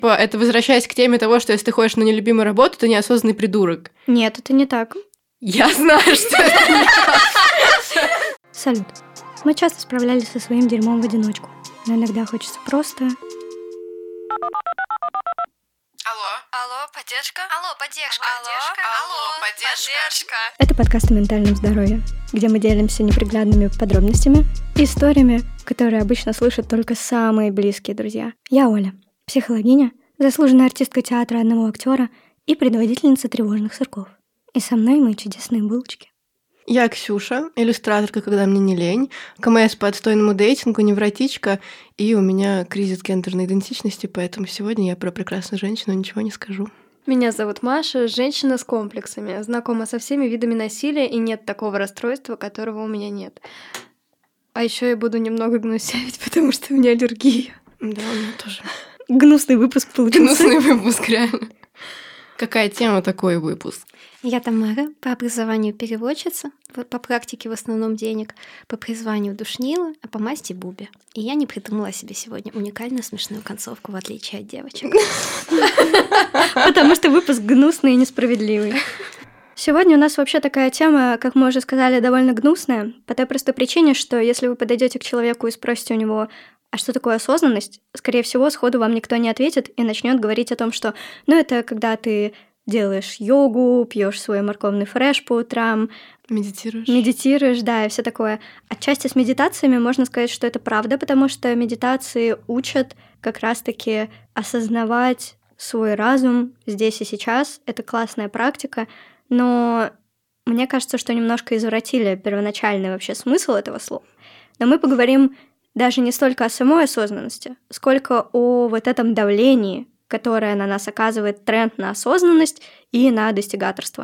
Это возвращаясь к теме того, что если ты ходишь на нелюбимую работу, ты неосознанный придурок. Нет, это не так. Я знаю, что это не так. Салют. Мы часто справлялись со своим дерьмом в одиночку, но иногда хочется просто... Алло, поддержка? Алло, поддержка. Алло, поддержка. Это подкаст о ментальном здоровье, где мы делимся неприглядными подробностями и историями, которые обычно слышат только самые близкие друзья. Я Оля, психологиня, заслуженная артистка театра одного актера и предводительница тревожных сырков. И со мной мои чудесные булочки. Я Ксюша, иллюстраторка, когда мне не лень, КМС по отстойному дейтингу, невротичка, и у меня кризис гендерной идентичности, поэтому сегодня я про прекрасную женщину ничего не скажу. Меня зовут Маша, женщина с комплексами, знакома со всеми видами насилия, и нет такого расстройства, которого у меня нет. А еще я буду немного гнусявить, потому что у меня аллергия. Да, у меня тоже. Гнусный выпуск получился. Гнусный выпуск, реально. Какая тема, такой выпуск? Я Тамара, по образованию переводчица, по практике в основном денег, по призванию душнила, а по масти Буби. И я не придумала себе сегодня уникальную смешную концовку, в отличие от девочек. Потому что выпуск гнусный и несправедливый. Сегодня у нас вообще такая тема, как мы уже сказали, довольно гнусная, по той простой причине, что если вы подойдете к человеку и спросите у него, а что такое осознанность, скорее всего, сходу вам никто не ответит и начнет говорить о том, что это когда ты делаешь йогу, пьешь свой морковный фреш по утрам, медитируешь, да, и все такое. Отчасти с медитациями можно сказать, что это правда, потому что медитации учат как раз-таки осознавать свой разум здесь и сейчас. Это классная практика, но мне кажется, что немножко извратили первоначальный вообще смысл этого слова. Но мы поговорим даже не столько о самой осознанности, сколько о вот этом давлении, которое на нас оказывает тренд на осознанность и на достигаторство.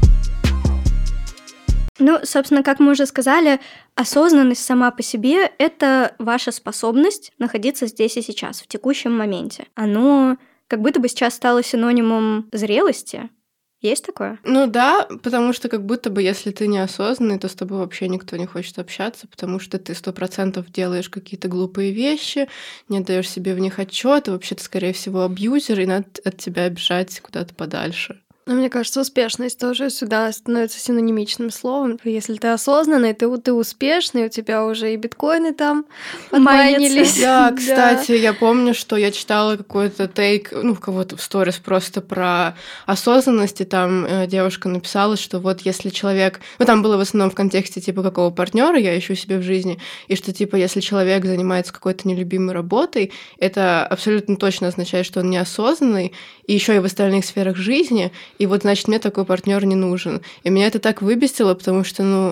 Собственно, как мы уже сказали, осознанность сама по себе — это ваша способность находиться здесь и сейчас, в текущем моменте. Оно как будто бы сейчас стало синонимом зрелости. Есть такое? Да, потому что как будто бы, если ты неосознанный, то с тобой вообще никто не хочет общаться, потому что ты 100% делаешь какие-то глупые вещи, не отдаешь себе в них отчет, и вообще ты, скорее всего, абьюзер, и надо от тебя бежать куда-то подальше. Но мне кажется, успешность тоже сюда становится синонимичным словом. Если ты осознанный, ты успешный, у тебя уже и биткоины там подмайнились. Да, кстати, я помню, что я читала какой-то тейк, в кого-то в сторис просто про осознанность, и там девушка написала, что вот если человек... там было в основном в контексте типа какого партнера я ищу себе в жизни, и что типа если человек занимается какой-то нелюбимой работой, это абсолютно точно означает, что он неосознанный, и еще и в остальных сферах жизни. И вот, значит, мне такой партнер не нужен. И меня это так выбесило, потому что,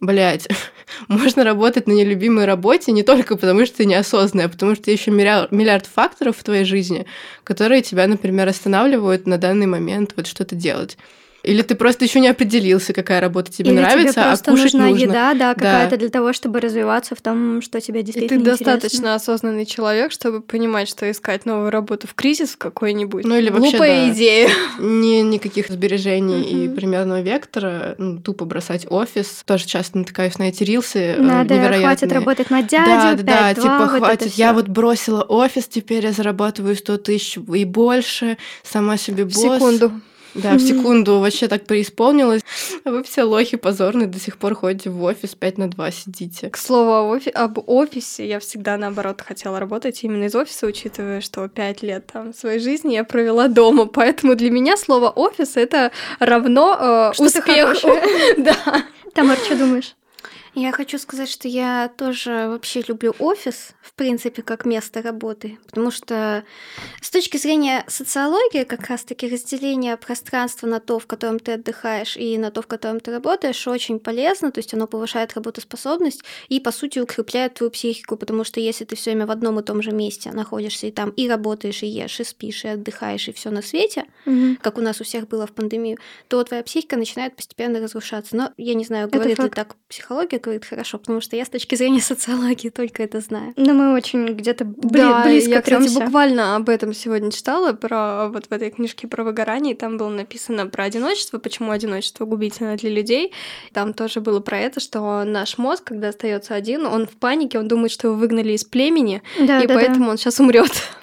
можно работать на нелюбимой работе не только потому, что ты неосознанный, а потому что еще миллиард факторов в твоей жизни, которые тебя, например, останавливают на данный момент вот что-то делать. Или ты просто еще не определился, какая работа тебе нравится, тебе просто а кушать нужна нужно. еда, какая-то для того, чтобы развиваться в том, что тебе действительно интересно. И ты достаточно осознанный человек, чтобы понимать, что искать новую работу в кризис какой-нибудь. Или вообще, глупая идея. Никаких сбережений и примерного вектора. Тупо бросать офис. Тоже часто натыкаюсь на эти рилсы невероятные. Хватит работать на дядю, 5-2, типа вот хватит. это Я всё. вот бросила офис, теперь я зарабатываю 100 тысяч и больше, сама себе босс. В секунду. Да, в секунду вообще так преисполнилась. А вы все лохи позорные, до сих пор ходите в офис 5/2 сидите. К слову, об офисе я всегда, наоборот, хотела работать именно из офиса, учитывая, что 5 лет своей жизни я провела дома. Поэтому для меня слово «офис» — это равно успеху. Да. Тамар, что думаешь? Я хочу сказать, что я тоже вообще люблю офис, в принципе, как место работы, потому что с точки зрения социологии как раз-таки разделение пространства на то, в котором ты отдыхаешь, и на то, в котором ты работаешь, очень полезно, то есть оно повышает работоспособность и, по сути, укрепляет твою психику, потому что если ты все время в одном и том же месте находишься, и там и работаешь, и ешь, и спишь, и отдыхаешь, и все на свете, как у нас у всех было в пандемию, то твоя психика начинает постепенно разрушаться. Но я не знаю, говорит ли так психология, говорит хорошо, потому что я с точки зрения социологии только это знаю. Мы очень где-то близко я, кстати, трёмся. буквально об этом сегодня читала, про вот в этой книжке про выгорание, и там было написано про одиночество, почему одиночество губительно для людей. Там тоже было про это, что наш мозг, когда остается один, он в панике, он думает, что его выгнали из племени, и поэтому он сейчас умрет.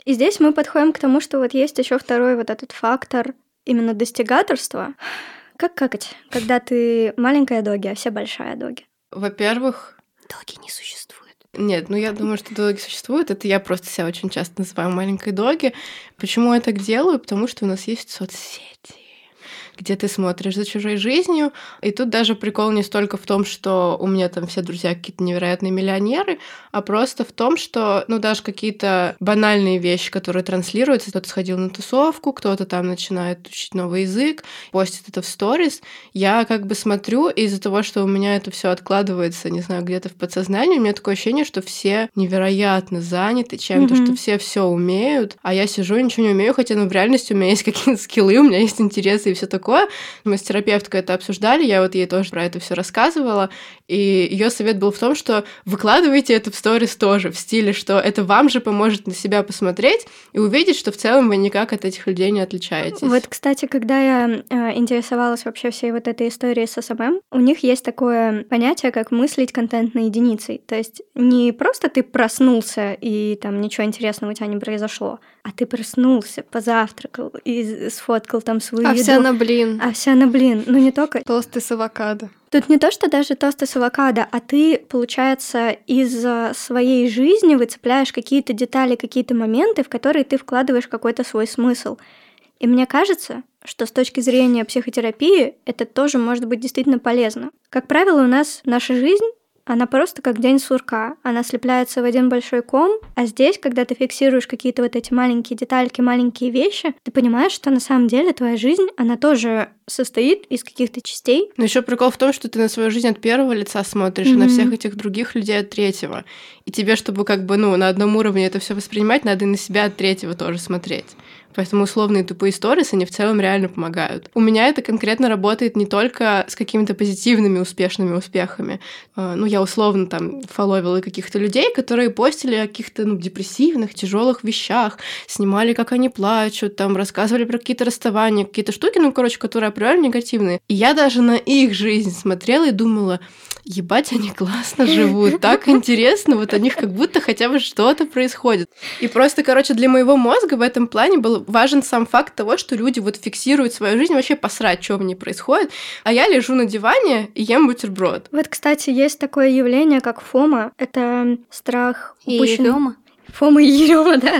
И здесь мы подходим к тому, что вот есть еще второй вот этот фактор именно достигаторства. Как какать, когда ты маленькая доги, а все большая доги? Во-первых, Доги не существует. нет, я думаю, что доги существуют. Это я просто себя очень часто называю маленькой доги. Почему я так делаю? Потому что у нас есть соцсети, где ты смотришь за чужой жизнью. И тут даже прикол не столько в том, что у меня там все друзья какие-то невероятные миллионеры, а просто в том, что, даже какие-то банальные вещи, которые транслируются. Кто-то сходил на тусовку, кто-то там начинает учить новый язык, постит это в сторис. Я как бы смотрю, и из-за того, что у меня это все откладывается, не знаю, где-то в подсознании, у меня такое ощущение, что все невероятно заняты чем-то, что все умеют, а я сижу и ничего не умею, хотя, в реальности у меня есть какие-то скиллы, у меня есть интересы и все такое. Мы с терапевткой это обсуждали, я вот ей тоже про это все рассказывала, и ее совет был в том, что выкладывайте это в сторис тоже, в стиле, что это вам же поможет на себя посмотреть и увидеть, что в целом вы никак от этих людей не отличаетесь. Вот, кстати, когда я интересовалась вообще всей вот этой историей с СММ, у них есть такое понятие, как мыслить контентной единицей. То есть не просто ты проснулся и там ничего интересного у тебя не произошло, а ты проснулся, позавтракал и сфоткал там свою еду. Овсяна блин. Овсяна блин. Не только... Тосты с авокадо. Тут не то, что даже тосты с авокадо, а ты, получается, из своей жизни выцепляешь какие-то детали, какие-то моменты, в которые ты вкладываешь какой-то свой смысл. И мне кажется, что с точки зрения психотерапии это тоже может быть действительно полезно. Как правило, у нас наша жизнь, она просто как день сурка. Она слепляется в один большой ком, а здесь, когда ты фиксируешь какие-то вот эти маленькие детальки, маленькие вещи, ты понимаешь, что на самом деле твоя жизнь, она тоже состоит из каких-то частей. Но еще прикол в том, что ты на свою жизнь от первого лица смотришь, и на всех этих других людей от третьего. И тебе, чтобы на одном уровне это все воспринимать, надо и на себя от третьего тоже смотреть. Поэтому условные тупые сторис, они в целом реально помогают. У меня это конкретно работает не только с какими-то позитивными, успешными успехами. Я условно там фолловила каких-то людей, которые постили о каких-то депрессивных, тяжелых вещах, снимали, как они плачут, там рассказывали про какие-то расставания, какие-то штуки, которые априори негативные. И я даже на их жизнь смотрела и думала, ебать, они классно живут, так интересно, вот у них как будто хотя бы что-то происходит. И просто, для моего мозга в этом плане был важен сам факт того, что люди фиксируют свою жизнь, вообще посрать, что в ней происходит, а я лежу на диване и ем бутерброд. Вот, кстати, есть такое явление, как фома. Это страх упущенной... Фома и ерёма, да.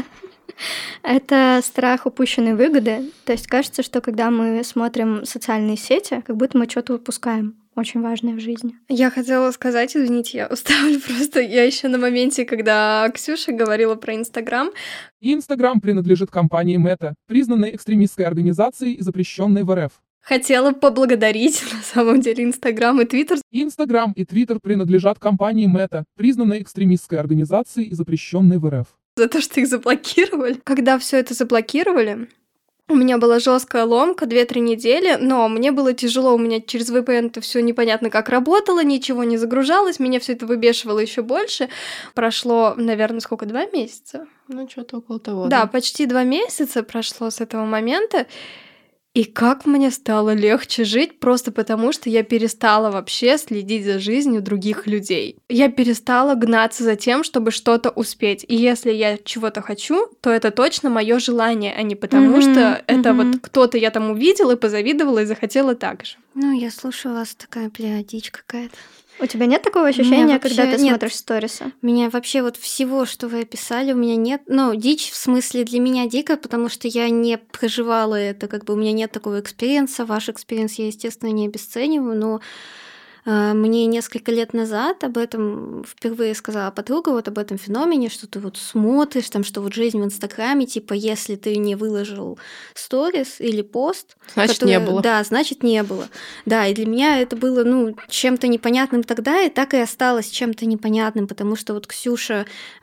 Это страх упущенной выгоды. То есть кажется, что когда мы смотрим социальные сети, как будто мы что-то упускаем очень важное в жизни. Я хотела сказать, извините, я уставлю просто. Я еще на моменте, когда Ксюша говорила про Инстаграм. Инстаграм принадлежит компании Мета, признанной экстремистской организацией и запрещенной в РФ. Хотела поблагодарить, на самом деле, Инстаграм и Твиттер. Инстаграм и Твиттер принадлежат компании Мета, признанной экстремистской организацией и запрещенной в РФ. За то, что их заблокировали. Когда все это заблокировали, у меня была жесткая ломка 2-3 недели, но мне было тяжело, у меня через VPN это все непонятно как работало, ничего не загружалось, меня все это выбешивало еще больше. Прошло, наверное, 2 месяца? Что-то около того. Да, почти 2 месяца прошло с этого момента. И как мне стало легче жить, просто потому что я перестала вообще следить за жизнью других людей. Я перестала гнаться за тем, чтобы что-то успеть. И если я чего-то хочу, то это точно мое желание, а не потому что это кто-то я там увидела и позавидовала и захотела так же. Я слушаю вас, такая дичь какая-то. У тебя нет такого ощущения, когда ты смотришь сторисы? У меня вообще всего, что вы описали, у меня нет. Дичь в смысле для меня дико, потому что я не проживала это, у меня нет такого экспириенса. Ваш экспириенс я, естественно, не обесцениваю, но мне несколько лет назад об этом впервые сказала подруга, об этом феномене, что ты смотришь, там, что жизнь в Инстаграме, если ты не выложил сторис или пост... Значит, не было. Да, значит, не было. Да, и для меня это было, чем-то непонятным тогда, и так и осталось чем-то непонятным, потому что Ксюша,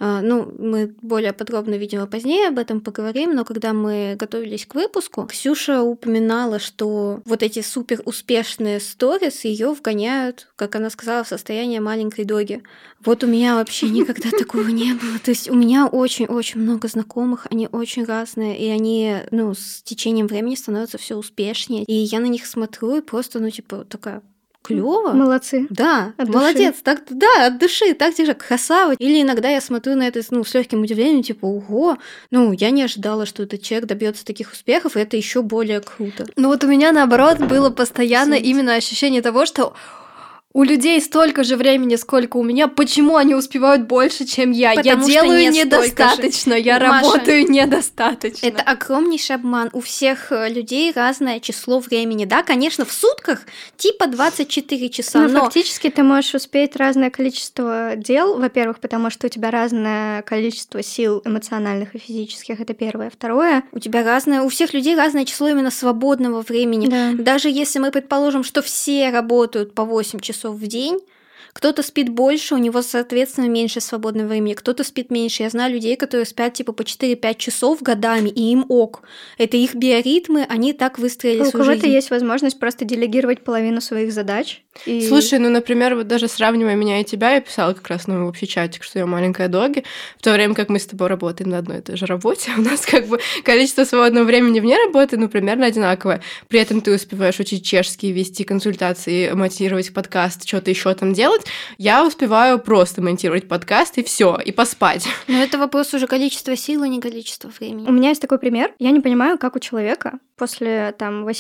мы более подробно, видимо, позднее об этом поговорим, но когда мы готовились к выпуску, Ксюша упоминала, что эти супер успешные сторис ее вгоняют, как она сказала, в состояние маленькой доги. У меня вообще никогда такого не было. То есть у меня очень-очень много знакомых, они очень разные, и они, с течением времени становятся все успешнее. И я на них смотрю и просто, такая... Клево. Молодцы. Да, От души. молодец, так, да, от души, так держи, красава. Или иногда я смотрю на это, с легким удивлением, типа, ого, я не ожидала, что этот человек добьется таких успехов, и это еще более круто. Ну вот у меня, наоборот, было постоянно именно ощущение того, что у людей столько же времени, сколько у меня. Почему они успевают больше, чем я? Потому Я что делаю не недостаточно, я Маша, работаю недостаточно. Это огромнейший обман. У всех людей разное число времени. Да, конечно, в сутках типа 24 часа, но фактически ты можешь успеть разное количество дел, во-первых, потому что у тебя разное количество сил эмоциональных и физических, это первое. Второе, у тебя разное, у всех людей разное число именно свободного времени. Да. Даже если мы предположим, что все работают по 8 часов в день, кто-то спит больше, у него, соответственно, меньше свободного времени, кто-то спит меньше. Я знаю людей, которые спят типа по 4-5 часов годами, и им ок. Это их биоритмы, они так выстроили у свою кого-то жизнь. есть возможность просто делегировать половину своих задач. И... Слушай, например, вот даже сравнивая меня и тебя, я писала как раз в общий чатик, что я маленькая доги, в то время как мы с тобой работаем на одной и той же работе, у нас как бы количество свободного времени вне работы, примерно одинаковое. При этом ты успеваешь учить чешский, вести консультации, монтировать подкаст, что-то еще там делать. Я успеваю просто монтировать подкаст, и все, и поспать. Но это вопрос уже количества сил, а не количества времени. У меня есть такой пример. Я не понимаю, как у человека после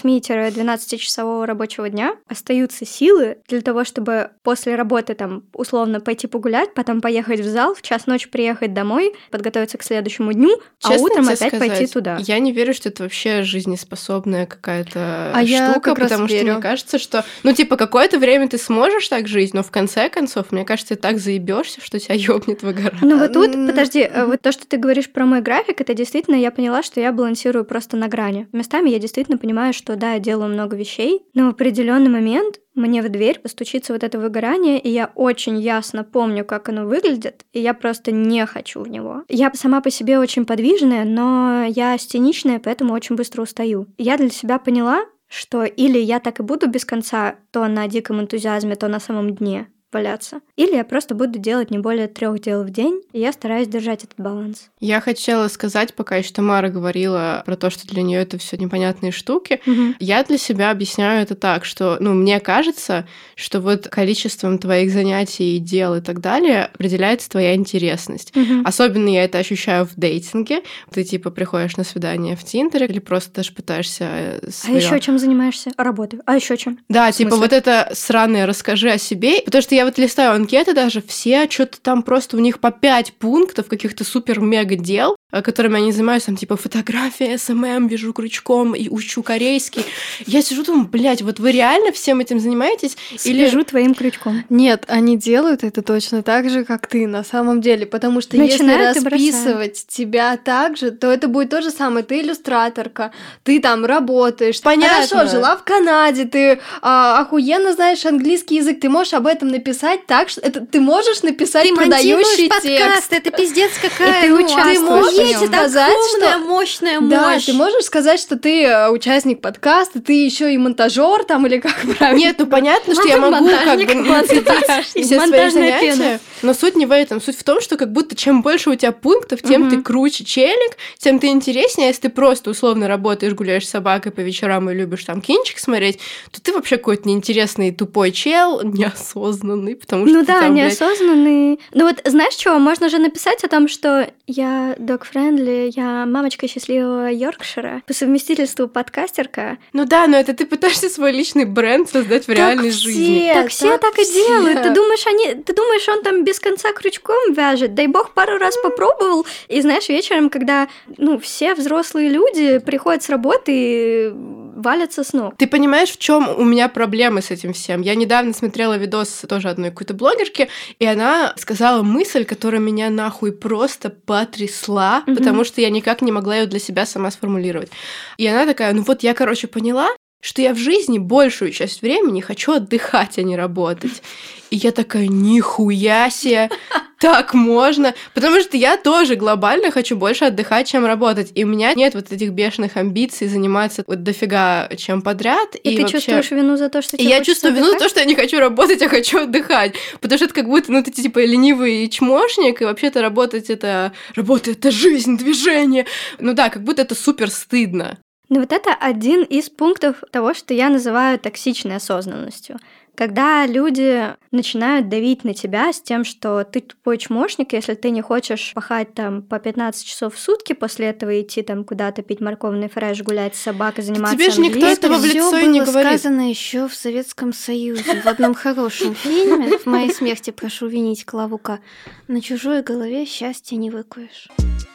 8-12-часового рабочего дня остаются силы для того, чтобы после работы условно пойти погулять, потом поехать в зал, в час ночи приехать домой, подготовиться к следующему дню, Честно а утром тебе опять сказать, пойти туда. Я не верю, что это вообще жизнеспособная какая-то я штука, как раз потому что верю. мне кажется, что, какое-то время ты сможешь так жить, но в конце концов, мне кажется, ты так заебешься, что тебя ёбнет выгорать. Вот тут, подожди, вот то, что ты говоришь про мой график, это действительно я поняла, что я балансирую просто на грани. Местами я действительно понимаю, что да, я делаю много вещей, но в определенный момент мне в дверь постучится вот это выгорание, и я очень ясно помню, как оно выглядит, и я просто не хочу в него. Я сама по себе очень подвижная, но я астеничная, поэтому очень быстро устаю. Я для себя поняла, что или я так и буду без конца то на диком энтузиазме, то на самом дне валяться. Или я просто буду делать не более 3 дел в день, и я стараюсь держать этот баланс. Я хотела сказать, пока еще Тамара говорила про то, что для нее это все непонятные штуки, я для себя объясняю это так, что, мне кажется, что вот количеством твоих занятий, дел и так далее определяется твоя интересность. Особенно я это ощущаю в дейтинге. Ты приходишь на свидание в Тиндере или просто даже пытаешься своё... А еще чем занимаешься? Работаю. А еще чем? Да, вот это сраное «расскажи о себе», потому что я листаю анкеты даже, все что-то там просто у них по 5 пунктов каких-то супер-мега дел, которыми они занимаются, фотография, СММ, вяжу крючком и учу корейский. Я сижу, думаю, вот вы реально всем этим занимаетесь? Или твоим крючком. Нет, они делают это точно так же, как ты на самом деле, потому что Начинают если расписывать тебя так же, то это будет то же самое. Ты иллюстраторка, ты там работаешь. Понятно. Хорошо, жила в Канаде, ты охуенно знаешь английский язык, ты можешь об этом написать так, что ты можешь написать ты продающий подкаст, текст. это пиздец какая. И ты участвуешь ты можешь в нём. сказать, огромная, что мощная мощь. Да, ты можешь сказать, что ты участник подкаста, ты еще и монтажер там или как правильно? Нет, понятно, что я могу все свои занятия, но суть не в этом. Суть в том, что как будто чем больше у тебя пунктов, тем ты круче челик, тем ты интереснее. Если ты просто условно работаешь, гуляешь с собакой по вечерам и любишь там кинчик смотреть, то ты вообще какой-то неинтересный тупой чел, неосознанный, потому что неосознанный. Знаешь что, можно же написать о том, что я dog-friendly, я мамочка счастливого Йоркшира, по совместительству подкастерка. Но это ты пытаешься свой личный бренд создать в реальной жизни. Так все так и делают. Ты думаешь, он там без конца крючком вяжет? Дай бог, пару раз попробовал. И знаешь, вечером, когда все взрослые люди приходят с работы и валятся с ног. Ты понимаешь, в чем у меня проблемы с этим всем? Я недавно смотрела видос тоже одной какой-то блогерки, и она сказала мысль, которая меня нахуй просто потрясла, потому что я никак не могла ее для себя сама сформулировать. И она такая, я, поняла, что я в жизни большую часть времени хочу отдыхать, а не работать. И я такая, нихуя себе, так можно. Потому что я тоже глобально хочу больше отдыхать, чем работать. И у меня нет этих бешеных амбиций заниматься дофига чем подряд. И ты вообще чувствуешь вину за то, что тебе я чувствую вину за то, что я не хочу работать, а хочу отдыхать. Потому что это как будто, ты ленивый чмошник, и вообще-то работа это жизнь, движение. Как будто это супер стыдно. Это один из пунктов того, что я называю токсичной осознанностью. Когда люди начинают давить на тебя с тем, что ты тупой чмошник, если ты не хочешь пахать там по 15 часов в сутки, после этого идти там куда-то пить морковный фреш, гулять с собакой, заниматься тебе же никто этого в лицо и не говорит. Это было сказано еще в Советском Союзе, в одном хорошем фильме. В «Моей смерти прошу винить Клавука». На чужой голове счастья не выкуешь.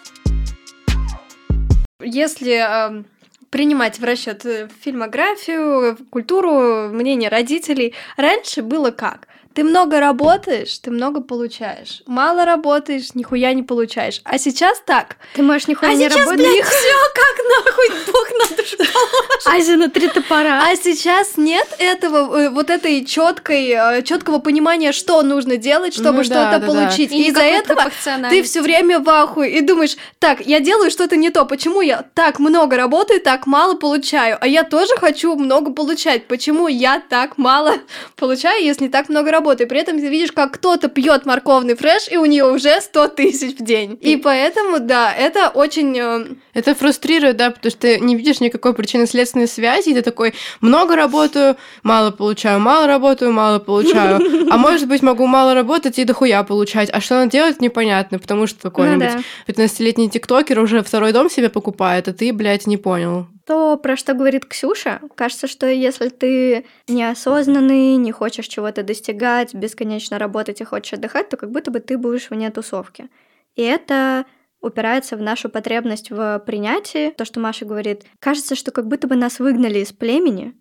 Если принимать в расчет фильмографию, культуру, мнение родителей, раньше было как? Ты много работаешь, ты много получаешь. Мало работаешь, нихуя не получаешь. А сейчас так. Ты можешь нихуя не сейчас, работать. блядь, все как нахуй Бог на душу положит. Азия на 3 топора. А сейчас нет этого, вот этой четкого понимания, что нужно делать, чтобы что-то получить. И из-за этого ты все время в ахуе и думаешь, так, я делаю что-то не то. Почему я так много работаю, так мало получаю? А я тоже хочу много получать. Почему я так мало получаю, если так много работаю? При этом ты видишь, как кто-то пьет морковный фреш, и у нее уже 100 тысяч в день. И поэтому, да, это очень... Это фрустрирует, да, потому что ты не видишь никакой причинно-следственной связи, и ты такой, много работаю, мало получаю, мало работаю, мало получаю. А может быть, могу мало работать и дохуя получать. А что надо делать, непонятно, потому что какой-нибудь 15-летний тиктокер уже второй дом себе покупает, а ты, блядь, не понял. То, про что говорит Ксюша, кажется, что если ты неосознанный, не хочешь чего-то достигать, бесконечно работать и хочешь отдыхать, то как будто бы ты будешь вне тусовки. И это упирается в нашу потребность в принятии. То, что Маша говорит, кажется, что как будто бы нас выгнали из племени,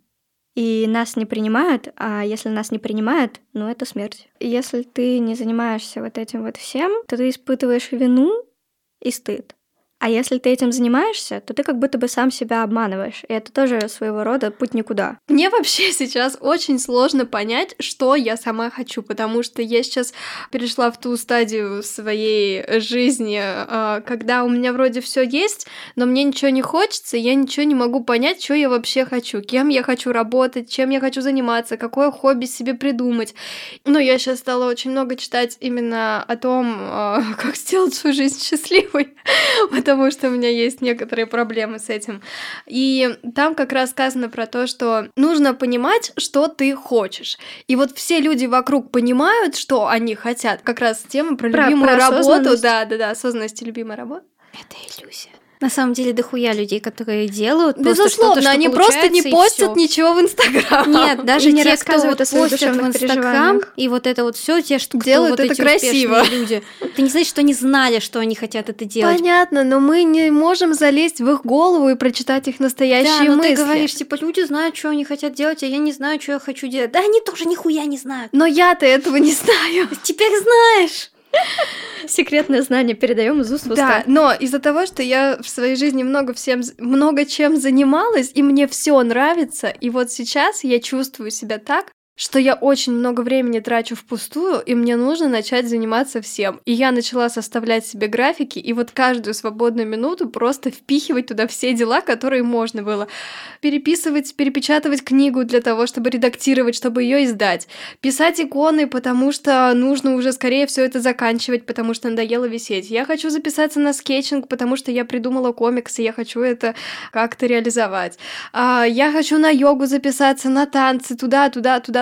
и нас не принимают, а если нас не принимают, ну это смерть. И если ты не занимаешься вот этим вот всем, то ты испытываешь вину и стыд. А если ты этим занимаешься, то ты как будто бы сам себя обманываешь. И это тоже своего рода путь никуда. Мне вообще сейчас очень сложно понять, что я сама хочу, потому что я сейчас перешла в ту стадию своей жизни, когда у меня вроде все есть, но мне ничего не хочется, и я ничего не могу понять, что я вообще хочу, кем я хочу работать, чем я хочу заниматься, какое хобби себе придумать. Но я сейчас стала очень много читать именно о том, как сделать свою жизнь счастливой, потому что у меня есть некоторые проблемы с этим. И там как раз сказано про то, что нужно понимать, что ты хочешь. И вот все люди вокруг понимают, что они хотят. Как раз тема про любимую работу. Да, осознанность и любимая работа. Это иллюзия. На самом деле дохуя людей, которые делают безусловно, что они просто не постят ничего в Инстаграм. Нет, даже не те, кто вот о своих постят в Инстаграм, и вот это вот все те, что делают вот это эти красиво. Люди. Ты не знаешь, что они знали, что они хотят это делать. Понятно, но мы не можем залезть в их голову и прочитать их настоящие мысли. Ты говоришь, типа, люди знают, что они хотят делать, а я не знаю, что я хочу делать. Да они тоже нихуя не знают. Но я-то этого не знаю. Теперь знаешь. Секретное знание передаем из уст в уста. Да, но из-за того, что я в своей жизни много чем занималась, и мне все нравится, и вот сейчас я чувствую себя так, что я очень много времени трачу впустую, и мне нужно начать заниматься всем. И я начала составлять себе графики, и вот каждую свободную минуту просто впихивать туда все дела, которые можно было. Переписывать, перепечатывать книгу для того, чтобы редактировать, чтобы ее издать. Писать иконы, потому что нужно уже скорее все это заканчивать, потому что надоело висеть. Я хочу записаться на скетчинг, потому что я придумала комикс, и я хочу это как-то реализовать. Я хочу на йогу записаться, на танцы, туда,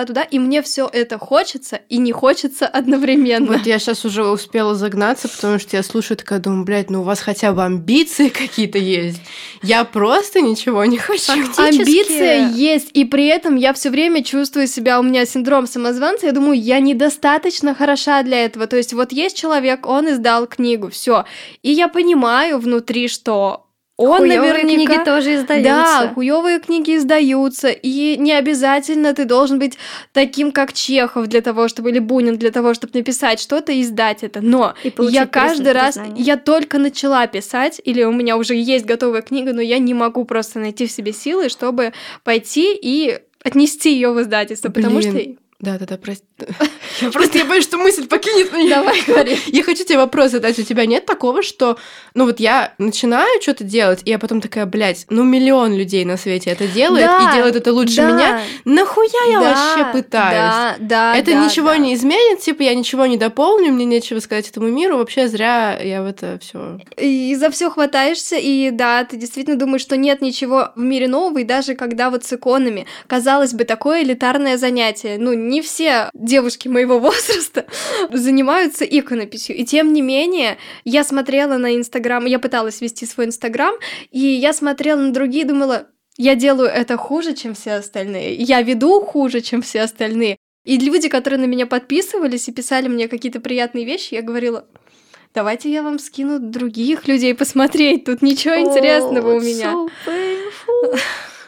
и мне все это хочется и не хочется одновременно. Вот я сейчас уже успела загнаться, потому что я слушаю, такая думаю, блядь, ну у вас хотя бы амбиции какие-то есть. Я просто ничего не хочу. Амбиция есть, и при этом я все время чувствую себя, у меня синдром самозванца, я думаю, я недостаточно хороша для этого. То есть вот есть человек, он издал книгу, все, и я понимаю внутри, что он хуёвые наверняка... книги тоже издаются. Да, хуёвые книги издаются, и не обязательно ты должен быть таким, как Чехов для того, чтобы, или Бунин для того, чтобы написать что-то и издать это. Но я каждый раз, я только начала писать, или у меня уже есть готовая книга, но я не могу просто найти в себе силы, чтобы пойти и отнести ее в издательство, потому что... Да, прости. Я боюсь, что мысль покинет меня. Давай, говори. Я хочу тебе вопрос задать. У тебя нет такого, что... Ну вот я начинаю что-то делать, и я потом такая, блядь, миллион людей на свете это делает, и делают это лучше меня. Нахуя я вообще пытаюсь? Это ничего не изменит, типа я ничего не дополню, мне нечего сказать этому миру, вообще зря я в это все. И за все хватаешься, и да, ты действительно думаешь, что нет ничего в мире нового, и даже когда вот с иконами, казалось бы, такое элитарное занятие, не все девушки моего возраста занимаются иконописью. И тем не менее, я смотрела на Инстаграм, я пыталась вести свой Инстаграм, и я смотрела на другие и думала, я делаю это хуже, чем все остальные. Я веду хуже, чем все остальные. И люди, которые на меня подписывались и писали мне какие-то приятные вещи, я говорила, давайте я вам скину других людей посмотреть, тут ничего интересного у меня. So painful.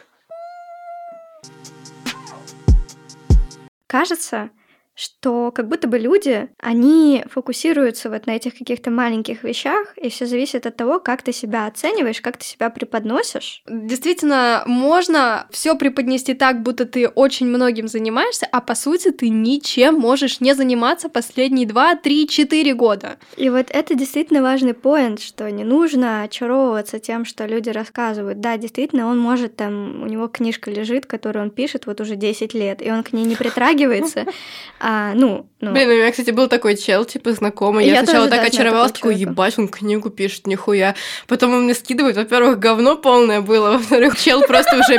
Кажется, что как будто бы люди, они фокусируются вот на этих каких-то маленьких вещах, и все зависит от того, как ты себя оцениваешь, как ты себя преподносишь. Действительно, можно все преподнести так, будто ты очень многим занимаешься, а по сути ты ничем можешь не заниматься последние 2, 3, 4 года. И вот это действительно важный поинт, что не нужно очаровываться тем, что люди рассказывают. Да, действительно, он может там, у него книжка лежит, которую он пишет вот уже 10 лет, и он к ней не притрагивается. Блин, у меня, кстати, был такой чел, типа, знакомый. Я сначала так очаровалась, такой, ебать, он книгу пишет, нихуя. Потом он мне скидывает, во-первых, говно полное было, во-вторых, чел просто уже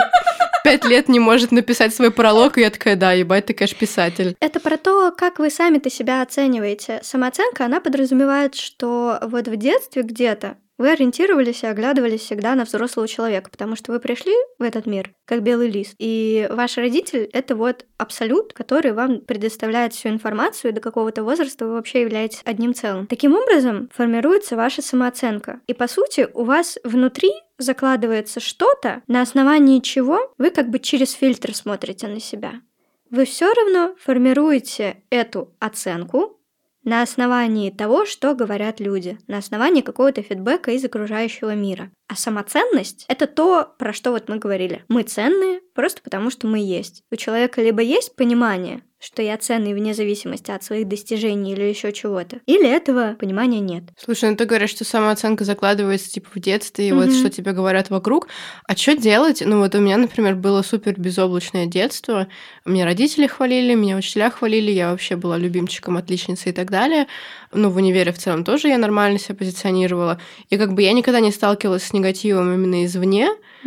5 лет не может написать свой пролог, и я такая, да, ебать, ты, конечно, писатель. Это про то, как вы сами-то себя оцениваете. Самооценка, она подразумевает, что вот в детстве где-то вы ориентировались и оглядывались всегда на взрослого человека, потому что вы пришли в этот мир как белый лист, и ваш родитель — это вот абсолют, который вам предоставляет всю информацию, и до какого-то возраста вы вообще являетесь одним целым. Таким образом формируется ваша самооценка. И, по сути, у вас внутри закладывается что-то, на основании чего вы как бы через фильтр смотрите на себя. Вы все равно формируете эту оценку на основании того, что говорят люди, на основании какого-то фидбэка из окружающего мира. А самоценность — это то, про что вот мы говорили. Мы ценные просто потому, что мы есть. У человека либо есть понимание, что я ценный вне зависимости от своих достижений или еще чего-то, или этого понимания нет. Слушай, ну ты говоришь, что самооценка закладывается типа в детстве, и вот что тебе говорят вокруг. А что делать? Ну вот у меня, например, было супер безоблачное детство. Меня родители хвалили, меня учителя хвалили, я вообще была любимчиком, отличницей и так далее. Ну, в универе в целом тоже я нормально себя позиционировала. И как бы я никогда не сталкивалась с негативом именно извне,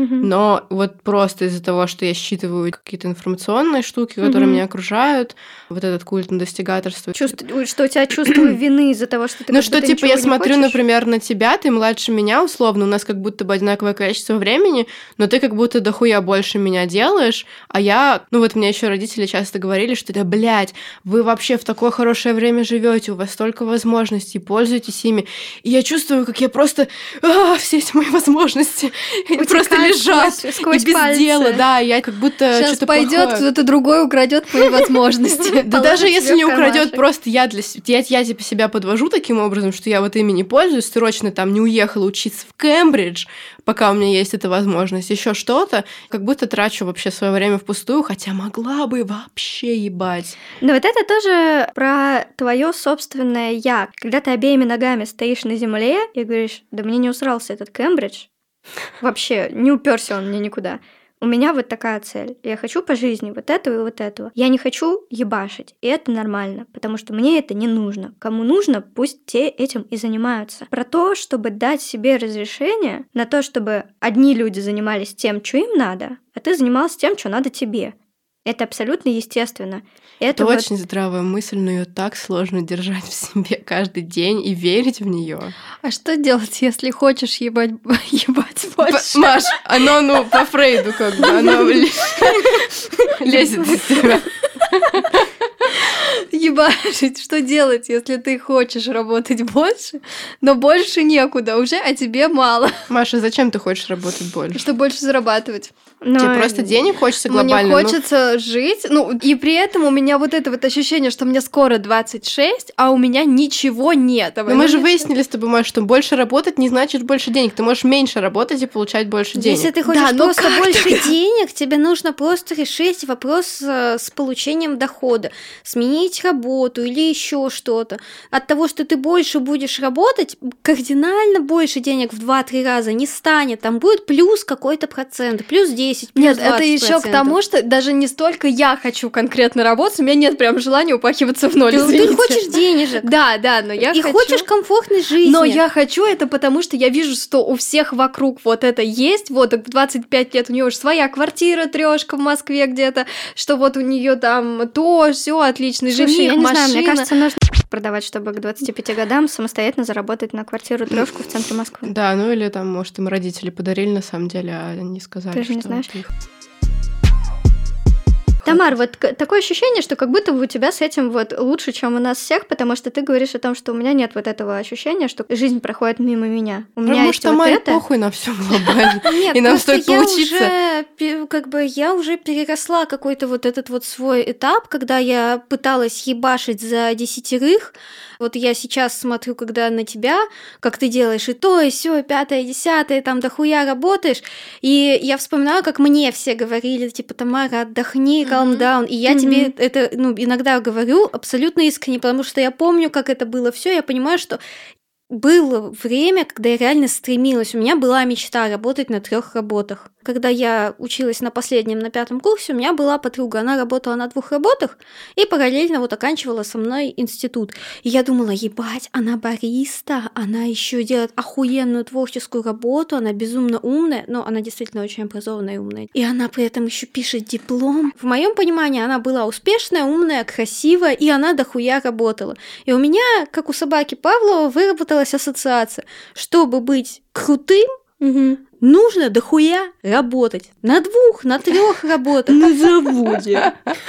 но вот просто из-за того, что я считываю какие-то информационные штуки, которые меня окружают, вот этот культ на достигаторство. Что у тебя чувство вины из-за того, что ты ну, что типа я смотрю, например, на тебя, ты младше меня, условно, у нас как будто бы одинаковое количество времени, но ты как будто дохуя больше меня делаешь, а я... Ну, вот мне еще родители часто говорили, что да, блядь, вы вообще в такое хорошее время живете, у вас столько возможностей, пользуйтесь ими. И я чувствую, как я просто... все эти мои возможности просто лежат и без пальцы. Дела. Да, я как будто сейчас что-то пойдет кто-то другой украдет мои возможности. Да даже если не украдет, просто я типа себя подвожу таким образом, что я вот ими не пользуюсь, срочно там не уехала учиться в Кембридж, пока у меня есть эта возможность, еще что-то, как будто трачу вообще свое время впустую, хотя могла бы вообще ебать. Но вот это тоже про твое собственное я. Когда ты обеими ногами стоишь на земле и говоришь, да мне не усрался этот Кембридж, вообще не уперся он мне никуда. У меня вот такая цель. Я хочу по жизни вот этого и вот этого. Я не хочу ебашить, и это нормально, потому что мне это не нужно. Кому нужно, пусть те этим и занимаются. Про то, чтобы дать себе разрешение на то, чтобы одни люди занимались тем, что им надо, а ты занимался тем, что надо тебе. Это абсолютно естественно. Это вот... очень здравая мысль, но ее так сложно держать в себе каждый день и верить в нее. А что делать, если хочешь ебать больше? Маш, оно, по Фрейду как бы, оно лезет из тебя. Ебашить. Что делать, если ты хочешь работать больше, но больше некуда уже, а тебе мало? Маша, зачем ты хочешь работать больше? Чтобы больше зарабатывать. Тебе просто денег хочется глобально? Мне хочется жить, и при этом у меня вот это вот ощущение, что мне скоро 26, а у меня ничего нет. Но мы же выяснили с тобой, Маш, что больше работать не значит больше денег. Ты можешь меньше работать и получать больше денег. Если ты хочешь просто больше денег, тебе нужно просто решить вопрос с получением дохода. Сменить работу, работу или еще что-то, от того, что ты больше будешь работать, кардинально больше денег в 2-3 раза не станет. Там будет плюс какой-то процент, плюс 10, плюс Нет, 20%. это еще к тому, что даже не столько я хочу конкретно работать, у меня нет прям желания упахиваться в ноль, Ты извините. хочешь денежек. Да, но я и хочу... хочешь комфортной жизни. Но я хочу это, потому что я вижу, что у всех вокруг вот это есть. Вот в 25 лет у нее уже своя квартира, 3 в Москве где-то, что вот у нее там то, все отличный Слушай, жених, я не машина. знаю, мне кажется, нужно продавать, чтобы к 25 годам самостоятельно заработать на квартиру 3 в центре Москвы. Да, ну или там, может, им родители подарили на самом деле, а они сказали, Ты же что не знаешь. это их. Тамар, вот такое ощущение, что как будто бы у тебя с этим вот лучше, чем у нас всех, потому что ты говоришь о том, что у меня нет вот этого ощущения, что жизнь проходит мимо меня. У меня Может, есть вот Тамаре это. похуй на все глобально. Нет, И нам просто стоит поучиться. Я уже переросла какой-то вот этот вот свой этап, когда я пыталась ебашить за 10. Вот я сейчас смотрю, когда на тебя, как ты делаешь и то, и сё, 5, 10, там дохуя работаешь, и я вспоминаю, как мне все говорили, типа, Тамара, отдохни, calm down, и я тебе это, иногда говорю абсолютно искренне, потому что я помню, как это было все, я понимаю, что было время, когда я реально стремилась. У меня была мечта работать на 3 работах. Когда я училась на 5 курсе, у меня была подруга, она работала на 2 работах и параллельно вот оканчивала со мной институт. И я думала, ебать, она бариста, она еще делает охуенную творческую работу, она безумно умная, но она действительно очень образованная и умная. И она при этом еще пишет диплом. В моем понимании она была успешная, умная, красивая, и она дохуя работала. И у меня, как у собаки Павлова, выработалась ассоциация. Чтобы быть крутым, нужно дохуя работать. На 2, на 3 работах. На заводе.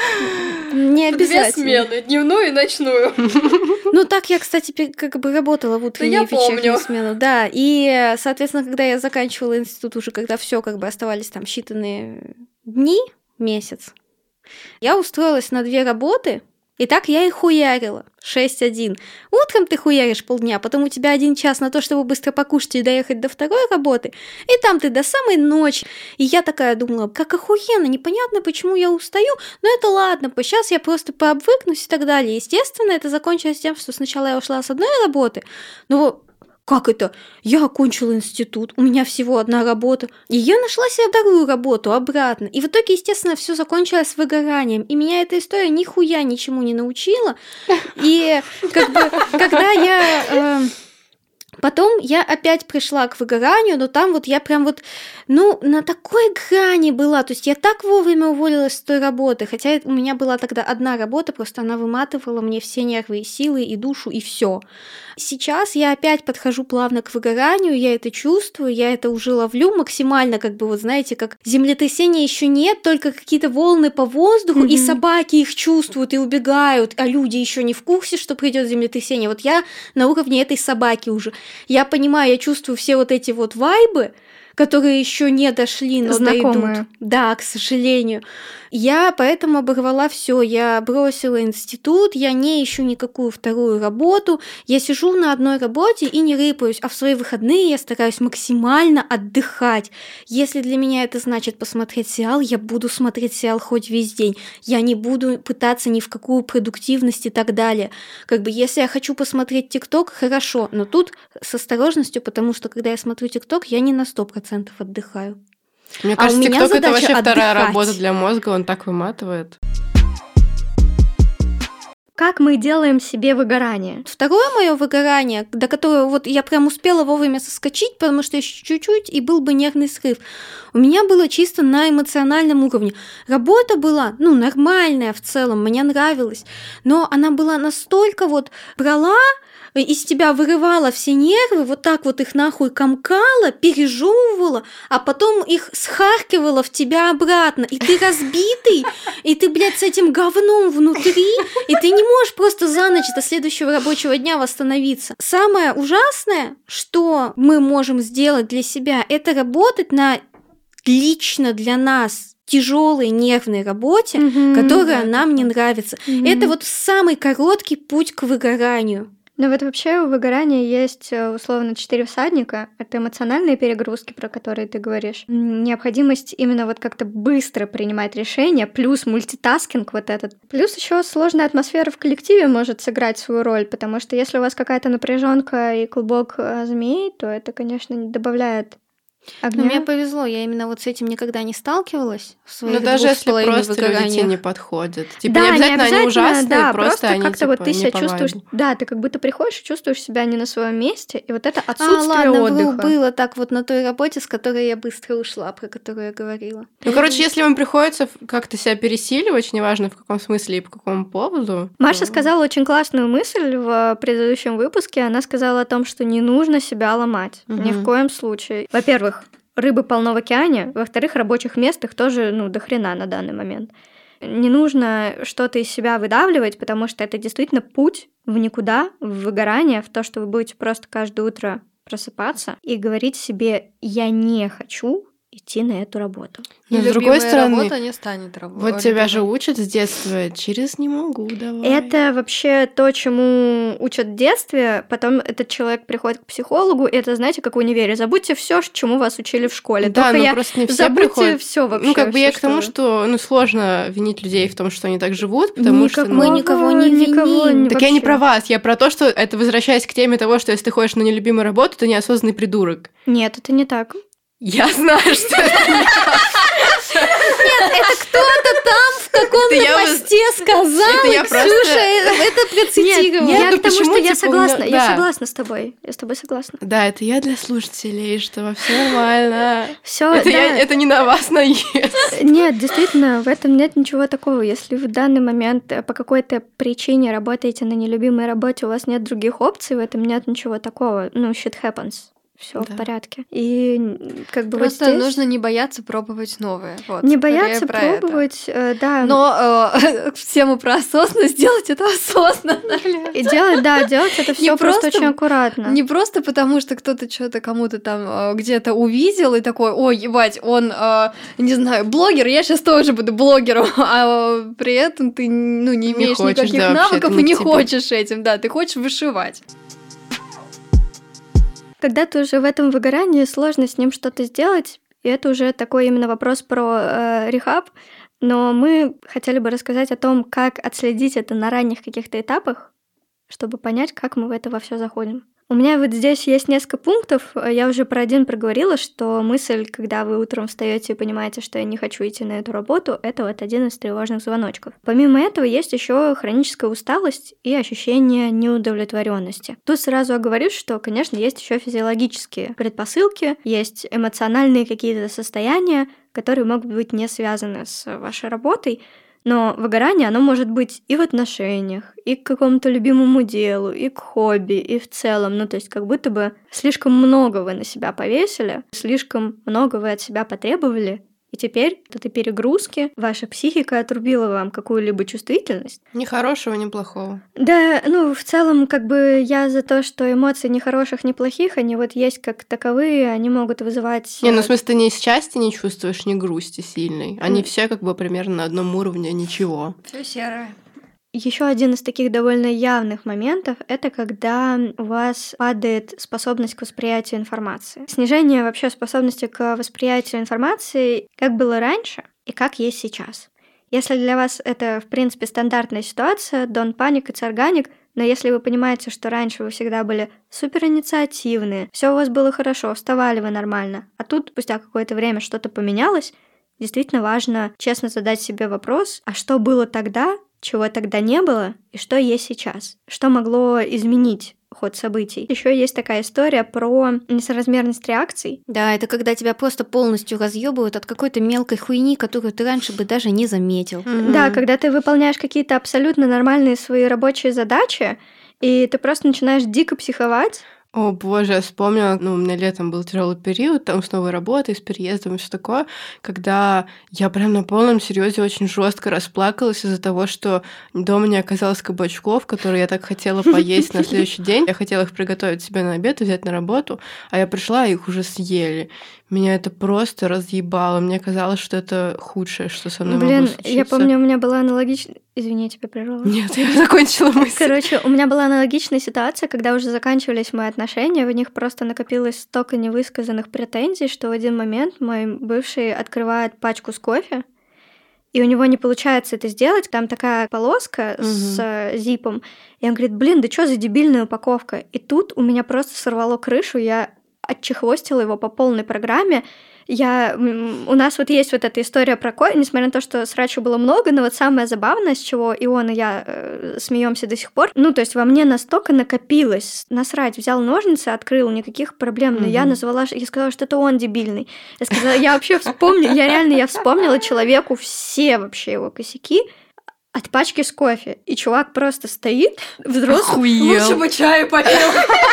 Не 2 обязательно. смены, дневную и ночную. Ну, так я, кстати, как бы работала в утреннюю и вечернюю помню. смену. Да, и, соответственно, когда я заканчивала институт, уже когда все как бы оставались там считанные дни, месяц, я устроилась на 2 работы, и так я и хуярила. 6-1. Утром ты хуяришь полдня, потом у тебя 1 час на то, чтобы быстро покушать и доехать до 2 работы, и там ты до самой ночи. И я такая думала, как охуенно, непонятно, почему я устаю, но это ладно, сейчас я просто пообвыкнусь и так далее. Естественно, это закончилось тем, что сначала я ушла с одной работы, но как это? Я окончила институт, у меня всего 1 работа, и я нашла себе 2 работу обратно. И в итоге, естественно, все закончилось выгоранием. И меня эта история нихуя ничему не научила. И как бы, когда я... Потом я опять пришла к выгоранию, но там вот я прям вот, на такой грани была, то есть я так вовремя уволилась с той работы, хотя у меня была тогда 1 работа, просто она выматывала мне все нервы и силы, и душу, и все. Сейчас я опять подхожу плавно к выгоранию, я это чувствую, я это уже ловлю максимально, как бы, вот знаете, как землетрясения еще нет, только какие-то волны по воздуху, и собаки их чувствуют и убегают, а люди еще не в курсе, что придет землетрясение. Вот я на уровне этой собаки уже. Я понимаю, я чувствую все вот эти вот вайбы, которые еще не дошли, но Знакомые. дойдут. Да, к сожалению. Я поэтому оборвала все. Я бросила институт, я не ищу никакую 2 работу. Я сижу на 1 работе и не рыпаюсь, а в свои выходные я стараюсь максимально отдыхать. Если для меня это значит посмотреть сериал, я буду смотреть сериал хоть весь день. Я не буду пытаться ни в какую продуктивность и так далее. Как бы, если я хочу посмотреть ТикТок, хорошо, но тут с осторожностью, потому что когда я смотрю ТикТок, я не на 100% отдыхаю. Мне А у кажется, меня ТикТок — это задача вообще 2-я отдыхать. работа для мозга, он так выматывает. Как мы делаем себе выгорание? 2 мое выгорание, до которого вот я прям успела вовремя соскочить, потому что еще чуть-чуть, и был бы нервный срыв. У меня было чисто на эмоциональном уровне. Работа была, нормальная в целом, мне нравилась, но она была настолько вот брала, из тебя вырывала все нервы, вот так вот их нахуй комкала, пережевывала, а потом их схаркивала в тебя обратно. И ты разбитый, и ты, блядь, с этим говном внутри, и ты не можешь просто за ночь до следующего рабочего дня восстановиться. Самое ужасное, что мы можем сделать для себя, это работать на лично для нас тяжелой нервной работе, которая нам не нравится. Это вот самый короткий путь к выгоранию. Но вот вообще у выгорания есть условно 4 всадника. Это эмоциональные перегрузки, про которые ты говоришь. Необходимость именно вот как-то быстро принимать решения, плюс мультитаскинг вот этот. Плюс еще сложная атмосфера в коллективе может сыграть свою роль, потому что если у вас какая-то напряженка и клубок змей, то это, конечно, добавляет огня. Но мне повезло, я именно вот с этим никогда не сталкивалась в своих Ну, даже если 2,5 просто люди тебе выгораниях. не подходят. Типа, Да, не обязательно они ужасные, да, просто они, как-то типа, вот ты не себя по чувствуешь, вайбу. да, ты как будто приходишь и чувствуешь себя не на своем месте, и вот это отсутствие ладно, отдыха. было так вот на той работе, с которой я быстро ушла, про которую я говорила. Ну, короче, если вам приходится как-то себя пересиливать, неважно в каком смысле и по какому поводу. Маша то- сказала очень классную мысль в предыдущем выпуске. Она сказала о том, что не нужно себя ломать. Ни в коем случае. Во-первых, рыбы полно в океане. Во-вторых, рабочих мест их тоже, до хрена на данный момент. Не нужно что-то из себя выдавливать, потому что это действительно путь в никуда, в выгорание, в то, что вы будете просто каждое утро просыпаться и говорить себе «я не хочу идти на эту работу». Но с другой стороны, работа не станет работой. вот тебя же учат с детства через «не могу», давай. Это вообще то, чему учат в детстве. Потом этот человек приходит к психологу, и это, знаете, как в универе. Забудьте все, чему вас учили в школе. Да, Только ну я просто не все забудьте приходят. все вообще. Ну, как бы я всё, к тому, что сложно винить людей в том, что они так живут, потому что... Мы никого не виним. Так я не вообще. про вас, я про то, что это возвращаясь к теме того, что если ты ходишь на нелюбимую работу, ты неосознанный придурок. Нет, это не так. Я знаю, что это не так. Это кто-то там в каком-то я вот- посте сказал, это я и просто- Ксюша это процитировала. Нет, я ну к тому, почему, что я типа, у меня- согласна. Я да. согласна с тобой. Я с тобой согласна. Да, это я для слушателей, что все нормально. Все, Это не на вас наезд. Нет, действительно, в этом нет ничего такого. Если в данный момент по какой-то причине работаете на нелюбимой работе, у вас нет других опций, в этом нет ничего такого. Shit happens. Все в Да. порядке. И как бы Просто вот здесь нужно не бояться пробовать новое. Вот, не скорее бояться про это. пробовать, да. Но в тему про осознанность сделать это осознанно. И делать это все просто просто- очень аккуратно. Не просто потому, что кто-то что-то кому-то там где-то увидел и такой, ой, ебать, он, не знаю, блогер, я сейчас тоже буду блогером, а при этом ты не имеешь хочешь, никаких да, вообще, навыков это и не не к тебе. хочешь этим, да, ты хочешь вышивать. Когда ты уже в этом выгорании, сложно с ним что-то сделать, и это уже такой именно вопрос про рехаб. Но мы хотели бы рассказать о том, как отследить это на ранних каких-то этапах, чтобы понять, как мы в это во все заходим. У меня вот здесь есть несколько пунктов. Я уже про один проговорила, что мысль, когда вы утром встаете и понимаете, что я не хочу идти на эту работу, это вот один из тревожных звоночков. Помимо этого есть еще хроническая усталость и ощущение неудовлетворенности. Тут сразу оговорюсь, что, конечно, есть еще физиологические предпосылки, есть эмоциональные какие-то состояния, которые могут быть не связаны с вашей работой, но выгорание, оно может быть и в отношениях, и к какому-то любимому делу, и к хобби, и в целом. То есть как будто бы слишком много вы на себя повесили, слишком много вы от себя потребовали, и теперь от этой перегрузки ваша психика отрубила вам какую-либо чувствительность. Ни хорошего, ни плохого. Да, в целом, как бы я за то, что эмоции ни хороших, ни плохих, они вот есть как таковые, они могут вызывать... Не, в смысле, ты ни счастья не чувствуешь, ни грусти сильной. Они все как бы примерно на одном уровне, ничего. Все серое. Еще один из таких довольно явных моментов — это когда у вас падает способность к восприятию информации. Снижение вообще способности к восприятию информации, как было раньше и как есть сейчас. Если для вас это, в принципе, стандартная ситуация, don't panic, it's organic, но если вы понимаете, что раньше вы всегда были суперинициативные, все у вас было хорошо, вставали вы нормально, а тут спустя какое-то время что-то поменялось, действительно важно честно задать себе вопрос, а что было тогда, чего тогда не было, и что есть сейчас? Что могло изменить ход событий? Еще есть такая история про несоразмерность реакций. Да, это когда тебя просто полностью разъебывают от какой-то мелкой хуйни, которую ты раньше бы даже не заметил. Да, когда ты выполняешь какие-то абсолютно нормальные свои рабочие задачи, и ты просто начинаешь дико психовать. О боже, я вспомнила, у меня летом был тяжелый период, там с новой работой, с переездом и все такое, когда я прям на полном серьезе очень жестко расплакалась из-за того, что дома не оказалось кабачков, которые я так хотела поесть на следующий день. Я хотела их приготовить себе на обед и взять на работу, а я пришла, и их уже съели. Меня это просто разъебало. Мне казалось, что это худшее, что со мной могло случиться. Я помню, у меня была аналогичная... Извини, я тебя прервала. Нет, я закончила мысль. Короче, у меня была аналогичная ситуация, когда уже заканчивались мои отношения, в них просто накопилось столько невысказанных претензий, что в один момент мой бывший открывает пачку с кофе, и у него не получается это сделать, там такая полоска с зипом, и он говорит, блин, да что за дебильная упаковка? И тут у меня просто сорвало крышу, я отчехвостила его по полной программе. У нас вот есть вот эта история про кофе, несмотря на то, что срачу было много, но вот самое забавное, с чего и он, и я смеемся до сих пор, ну, то есть во мне настолько накопилось, насрать, взял ножницы, открыл, никаких проблем, но я сказала, что это он дебильный. Я сказала, я вообще вспомнила человеку все вообще его косяки, от пачки с кофе. И чувак просто стоит, взрослый. Лучше бы чай попил.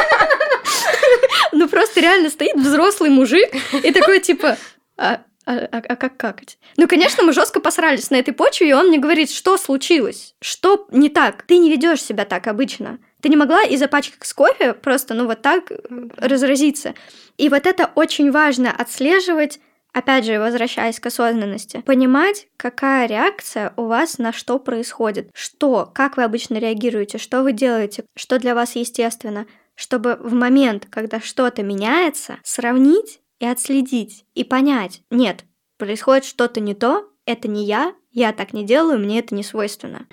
Ну, просто реально стоит взрослый мужик и такой, типа, как какать? Ну, конечно, мы жестко посрались на этой почве, и он мне говорит, что случилось? Что не так? Ты не ведешь себя так обычно. Ты не могла из-за пачки с кофе просто, вот так разразиться. И вот это очень важно отслеживать. Опять же, возвращаясь к осознанности, понимать, какая реакция у вас на что происходит, как вы обычно реагируете, что вы делаете, что для вас естественно, чтобы в момент, когда что-то меняется, сравнить и отследить, и понять, нет, происходит что-то не то, это не я так не делаю, мне это не свойственно.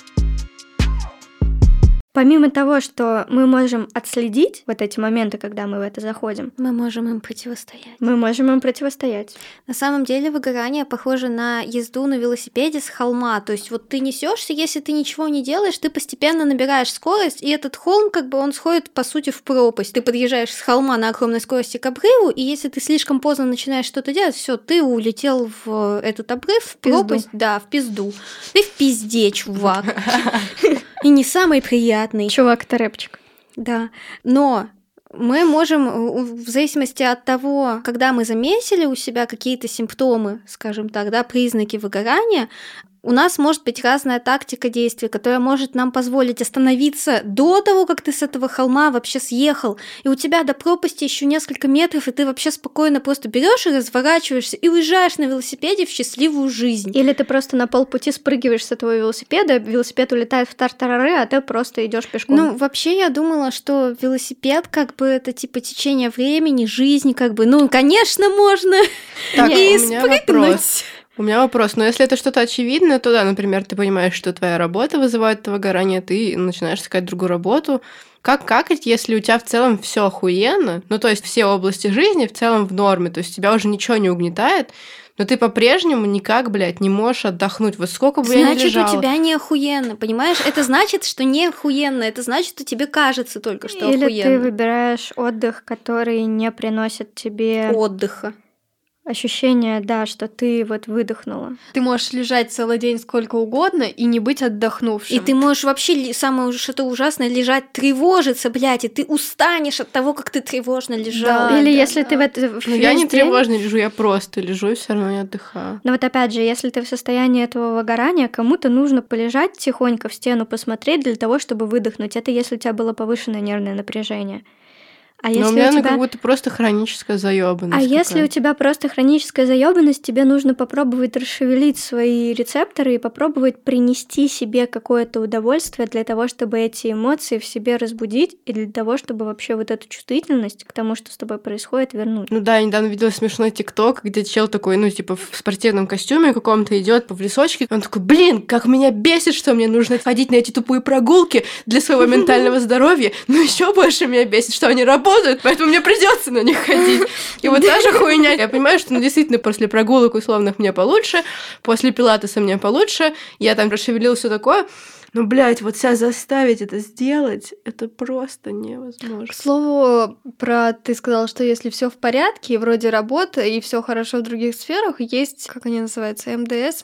Помимо того, что мы можем отследить вот эти моменты, когда мы в это заходим, мы можем им противостоять. На самом деле выгорание похоже на езду на велосипеде с холма. То есть вот ты несешься, если ты ничего не делаешь, ты постепенно набираешь скорость, и этот холм, он сходит, по сути, в пропасть. Ты подъезжаешь с холма на огромной скорости к обрыву, и если ты слишком поздно начинаешь что-то делать, все, ты улетел в этот обрыв, в пропасть. Да, в пизду. Ты в пизде, чувак. И не самый приятный. Чувак-то рэпчик. Да. Но мы можем, в зависимости от того, когда мы заметили у себя какие-то симптомы, скажем так, да, признаки выгорания, у нас может быть разная тактика действий, которая может нам позволить остановиться до того, как ты с этого холма вообще съехал, и у тебя до пропасти еще несколько метров, и ты вообще спокойно просто берешь и разворачиваешься и уезжаешь на велосипеде в счастливую жизнь. Или ты просто на полпути спрыгиваешь с этого велосипеда, велосипед улетает в тартарары, а ты просто идешь пешком. Ну, вообще я думала, что велосипед это типа течение времени, жизни, конечно, можно и спрыгнуть. У меня вопрос, но если это что-то очевидное, то да, например, ты понимаешь, что твоя работа вызывает это выгорание, ты начинаешь искать другую работу. Как какать, если у тебя в целом все охуенно, то есть все области жизни в целом в норме, то есть тебя уже ничего не угнетает, но ты по-прежнему никак, не можешь отдохнуть. Вот сколько бы я ни лежала. Значит, у тебя не охуенно, понимаешь? Это значит, что не охуенно, это значит, что тебе кажется только, что охуенно. Или ты выбираешь отдых, который не приносит тебе... Отдыха. Ощущение, да, что ты выдохнула. Ты можешь лежать целый день сколько угодно и не быть отдохнувшим. И ты можешь вообще, самое что ужасное, лежать, тревожиться, и ты устанешь от того, как ты тревожно лежала. Да, или если ты в это... я не тревожно лежу, я просто лежу и все равно не отдыхаю. Но опять же, если ты в состоянии этого выгорания, кому-то нужно полежать тихонько в стену, посмотреть для того, чтобы выдохнуть. Это если у тебя было повышенное нервное напряжение. Но у меня как будто просто хроническая заёбанность. Если у тебя просто хроническая заёбанность, тебе нужно попробовать расшевелить свои рецепторы и попробовать принести себе какое-то удовольствие для того, чтобы эти эмоции в себе разбудить и для того, чтобы вообще эту чувствительность к тому, что с тобой происходит, вернуть. Я недавно видела смешной ТикТок, где чел такой, в спортивном костюме каком-то идет в лесочке. Он такой, блин, как меня бесит, что мне нужно ходить на эти тупые прогулки для своего ментального здоровья. Но еще больше меня бесит, что они работают, поэтому мне придется на них ходить. И та же хуйня. Я понимаю, что действительно после прогулок условных мне получше, после пилатеса мне получше, я там расшевелил все такое. Но, себя заставить это сделать, это просто невозможно. К слову, ты сказала, что если все в порядке, вроде работа, и все хорошо в других сферах, есть, как они называются, МДС,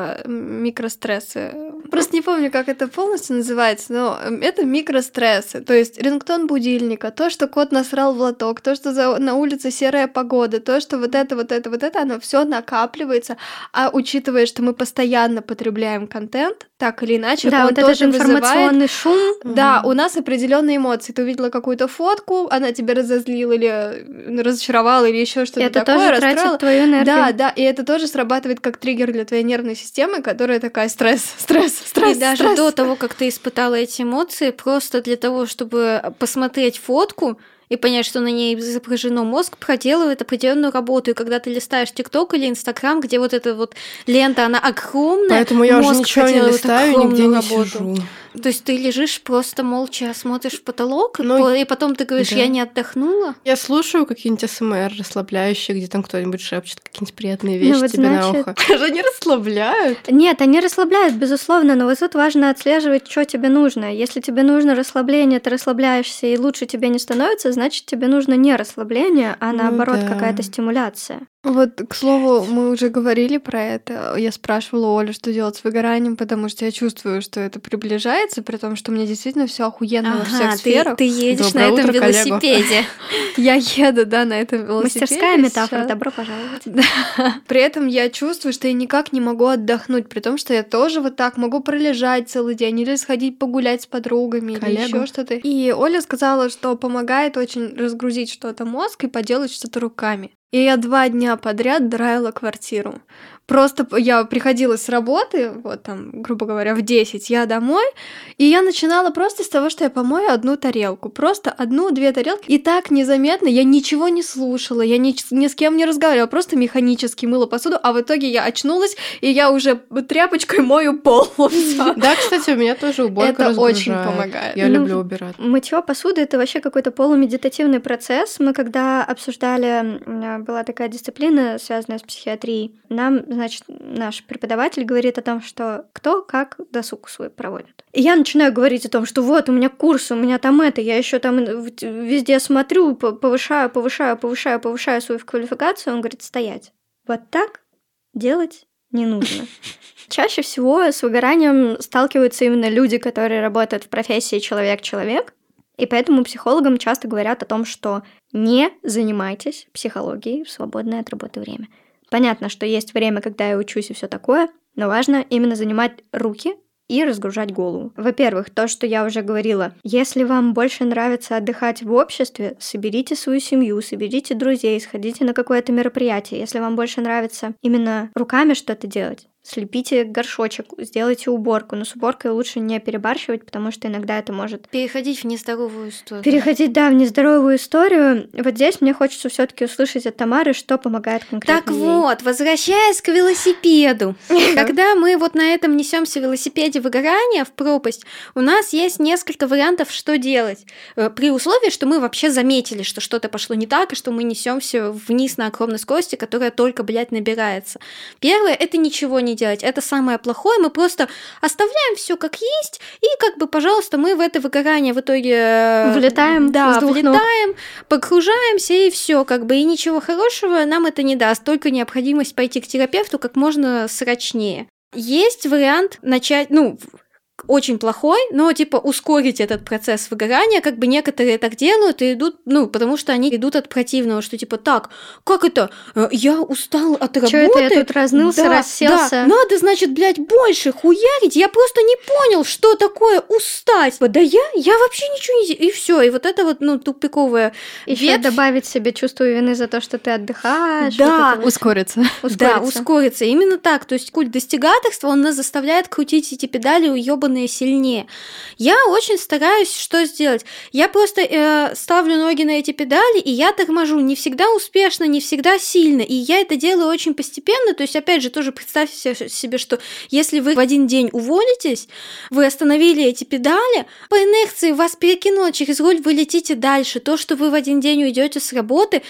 микрострессы. Просто не помню, как это полностью называется, но это микрострессы. То есть рингтон будильника, то, что кот насрал в лоток, то, что на улице серая погода, то, что это, оно все накапливается. А учитывая, что мы постоянно потребляем контент, так или иначе, да, он тоже информационный шум. Да, у нас определенные эмоции. Ты увидела какую-то фотку, она тебя разозлила или разочаровала, или еще что-то это такое, тоже тратит твою энергию. Да, и это тоже срабатывает как триггер для твоей нервной системы, которая такая стресс. И даже до того, как ты испытала эти эмоции, просто для того, чтобы посмотреть фотку и понять, что на ней изображено, мозг проделывает определенную работу. И когда ты листаешь ТикТок или Инстаграм, где вот эта вот лента, она огромная, поэтому я уже мозг ничего не проделывает листаю, нигде не работу. сижу. То есть ты лежишь просто молча, смотришь в потолок, Ну, и потом ты говоришь, да. я не отдохнула. Я слушаю какие-нибудь СМР расслабляющие, где там кто-нибудь шепчет какие-нибудь приятные вещи вот тебе на значит- ухо. Даже не расслабляют. Нет, они расслабляют, безусловно, но вот тут важно отслеживать, что тебе нужно. Если тебе нужно расслабление, ты расслабляешься, и лучше тебе не становится, значит, тебе нужно не расслабление, а наоборот да. какая-то стимуляция. Вот, к слову, мы уже говорили про это. Я спрашивала Олю, что делать с выгоранием, потому что я чувствую, что это приближается, при том, что у меня действительно все охуенно во всех сферах. ты едешь Доброе на этом утро, коллега. велосипеде. Я еду, да, на этом велосипеде. Мастерская метафора, сейчас. добро пожаловать. При этом я чувствую, что я никак не могу отдохнуть, при том, что я тоже вот так могу пролежать целый день или сходить погулять с подругами Коллегу. или еще что-то. И Оля сказала, что помогает очень разгрузить что-то мозг и поделать что-то руками. И я 2 дня подряд драила квартиру. Просто я приходила с работы, вот там, грубо говоря, в 10 я домой, и я начинала просто с того, что я помою 1 тарелку. Просто 1-2 тарелки. И так незаметно я ничего не слушала, я ни с кем не разговаривала, просто механически мыла посуду, а в итоге я очнулась, и я уже тряпочкой мою пол. Всё. Да, кстати, у меня тоже уборка Это очень разгружает. помогает. Я Ну, люблю убирать. Мытье посуды — это вообще какой-то полумедитативный процесс. Мы когда обсуждали, была такая дисциплина, связанная с психиатрией, нам, значит, наш преподаватель говорит о том, что кто как досуг свой проводит. И я начинаю говорить о том, что вот у меня курс, у меня там это, я еще там везде смотрю, повышаю свою квалификацию. Он говорит, стоять. Вот так делать не нужно. Чаще всего с выгоранием сталкиваются именно люди, которые работают в профессии человек-человек, и поэтому психологам часто говорят о том, что не занимайтесь психологией в свободное от работы время. Понятно, что есть время, когда я учусь и все такое, но важно именно занимать руки и разгружать голову. Во-первых, то, что я уже говорила, если вам больше нравится отдыхать в обществе, соберите свою семью, соберите друзей, сходите на какое-то мероприятие. Если вам больше нравится именно руками что-то делать, слепите горшочек, сделайте уборку. Но с уборкой лучше не перебарщивать, потому что иногда это может Переходить в нездоровую историю. переходить, да, в нездоровую историю. Вот здесь мне хочется все-таки услышать от Тамары, что помогает конкретно Так ей. вот, возвращаясь к велосипеду. Когда мы вот на этом несемся в велосипеде выгорания в пропасть, у нас есть несколько вариантов, что делать. При условии, что мы вообще заметили, что что-то пошло не так, и что мы несемся вниз на огромной скорости, которая только, набирается. Первое — это ничего не делать. Это самое плохое. Мы просто оставляем все как есть, и пожалуйста, мы в это выгорание в итоге Влетаем да, с 2 ног. влетаем, погружаемся, и все, и ничего хорошего нам это не даст, только необходимость пойти к терапевту как можно срочнее. Есть вариант начать, очень плохой, но ускорить этот процесс выгорания, некоторые так делают и идут, потому что они идут от противного, что так, как это? Я устал от работы. Чё это я тут разнылся, расселся? Да, надо, значит, больше хуярить. Я просто не понял, что такое устать. Да я вообще ничего не... И все. И вот это тупиковая Еще ветвь. добавить себе чувство вины за то, что ты отдыхаешь. Да. вот это вот. Ускориться. Да, ускориться. Именно так. То есть культ достигаторства, он нас заставляет крутить эти педали уёбанные сильнее. Я очень стараюсь что сделать? Я просто ставлю ноги на эти педали, и я торможу. Не всегда успешно, не всегда сильно. И я это делаю очень постепенно. То есть, опять же, тоже представьте себе, что если вы в один день уволитесь, вы остановили эти педали, по инерции вас перекинуло через руль, вы летите дальше. То, что вы в один день уйдете с работы,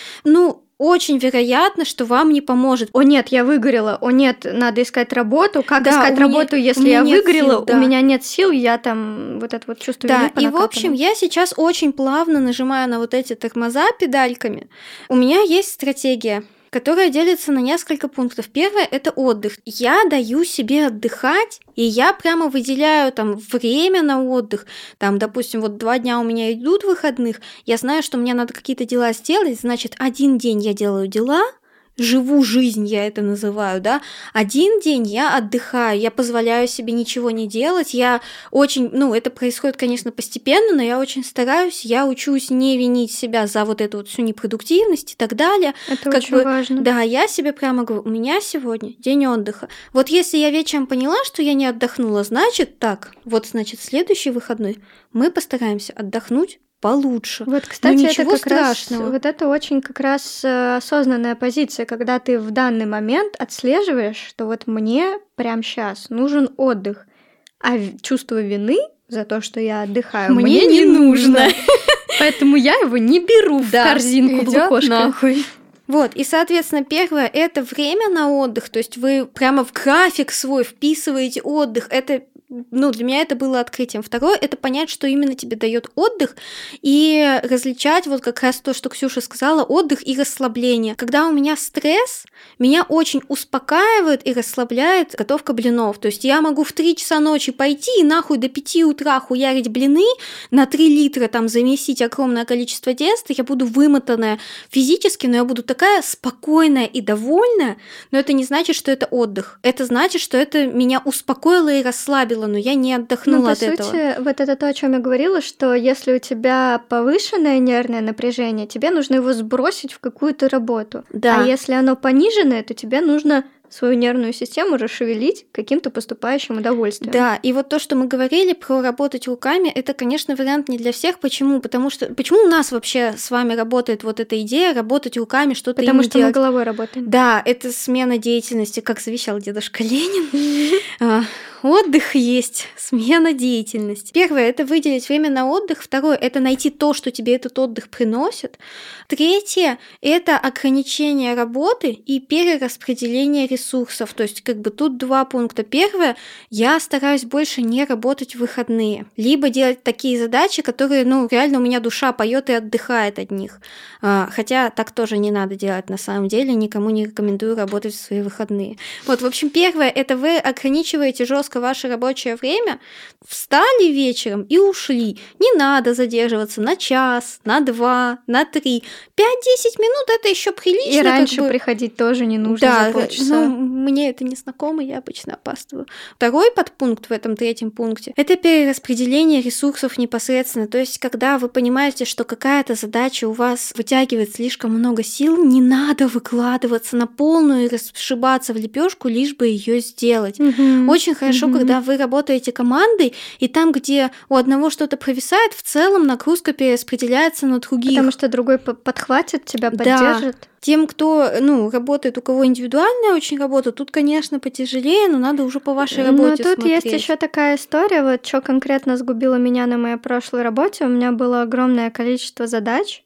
очень вероятно, что вам не поможет. О нет, я выгорела. О нет, надо искать работу. Как Да, искать работу, если я нет выгорела? сил, да. У меня нет сил, я там вот это вот чувство вины Да, и в понакапано. общем, я сейчас очень плавно нажимаю на вот эти тормоза педальками. У меня есть стратегия, которая делится на несколько пунктов. Первое — это отдых. Я даю себе отдыхать, и я прямо выделяю время на отдых. Допустим, 2 дня у меня идут выходных, я знаю, что мне надо какие-то дела сделать, значит, 1 день я делаю дела, живу жизнь, я это называю, да. Один день я отдыхаю, я позволяю себе ничего не делать, я очень, это происходит, конечно, постепенно, но я очень стараюсь, я учусь не винить себя за вот эту вот всю непродуктивность и так далее. Это очень важно. Да, я себе прямо говорю, у меня сегодня день отдыха. Вот если я вечером поняла, что я не отдохнула, значит, следующий выходной мы постараемся отдохнуть получше. Вот, кстати, это как страшного. раз, вот это очень как раз осознанная позиция, когда ты в данный момент отслеживаешь, что вот мне прямо сейчас нужен отдых, а чувство вины за то, что я отдыхаю, мне не нужно. Поэтому я его не беру в корзинку в лукошко. Вот, и, соответственно, первое – это время на отдых, то есть вы прямо в график свой вписываете отдых, это для меня это было открытием. Второе – это понять, что именно тебе дает отдых, и различать вот как раз то, что Ксюша сказала, отдых и расслабление. Когда у меня стресс, меня очень успокаивает и расслабляет готовка блинов. То есть я могу в 3 часа ночи пойти и нахуй до 5 утра хуярить блины, на 3 литра там замесить огромное количество теста, я буду вымотанная физически, но я буду такая спокойная и довольная, но это не значит, что это отдых. Это значит, что это меня успокоило и расслабило, но я не отдохнула от этого. По сути, вот это то, о чем я говорила, что если у тебя повышенное нервное напряжение, тебе нужно его сбросить в какую-то работу. Да. А если оно пониженное, то тебе нужно свою нервную систему расшевелить каким-то поступающим удовольствием. Да, и вот то, что мы говорили про работать руками, это, конечно, вариант не для всех. Почему? Почему у нас вообще с вами работает вот эта идея работать руками, что-то Потому что делать? мы головой работаем. Да, это смена деятельности, как завещал дедушка Ленин. Отдых есть, смена деятельности. Первое – это выделить время на отдых. Второе – это найти то, что тебе этот отдых приносит. Третье – это ограничение работы и перераспределение ресурсов. То есть тут 2 пункта. Первое – я стараюсь больше не работать в выходные. Либо делать такие задачи, которые, реально у меня душа поет и отдыхает от них. Хотя так тоже не надо делать на самом деле. Никому не рекомендую работать в свои выходные. Вот, в общем, первое – это вы ограничиваете жестко ваше рабочее время, встали вечером и ушли. Не надо задерживаться на час, на 2, на 3. 5-10 минут – это еще прилично. И раньше приходить тоже не нужно за полчаса. Мне это не знакомо, я обычно опаздываю. Второй подпункт в этом 3-м пункте – это перераспределение ресурсов непосредственно. То есть, когда вы понимаете, что какая-то задача у вас вытягивает слишком много сил, не надо выкладываться на полную и расшибаться в лепешку, лишь бы ее сделать. Очень хорошо, когда вы работаете командой, и там, где у одного что-то провисает, в целом нагрузка перераспределяется на других. Потому что другой подхватит, тебя поддержит. Да. Тем, кто, работает, у кого индивидуальная очень работа, тут, конечно, потяжелее, но надо уже по вашей работе смотреть. смотреть. Есть еще такая история, вот что конкретно сгубило меня на моей прошлой работе. У меня было огромное количество задач,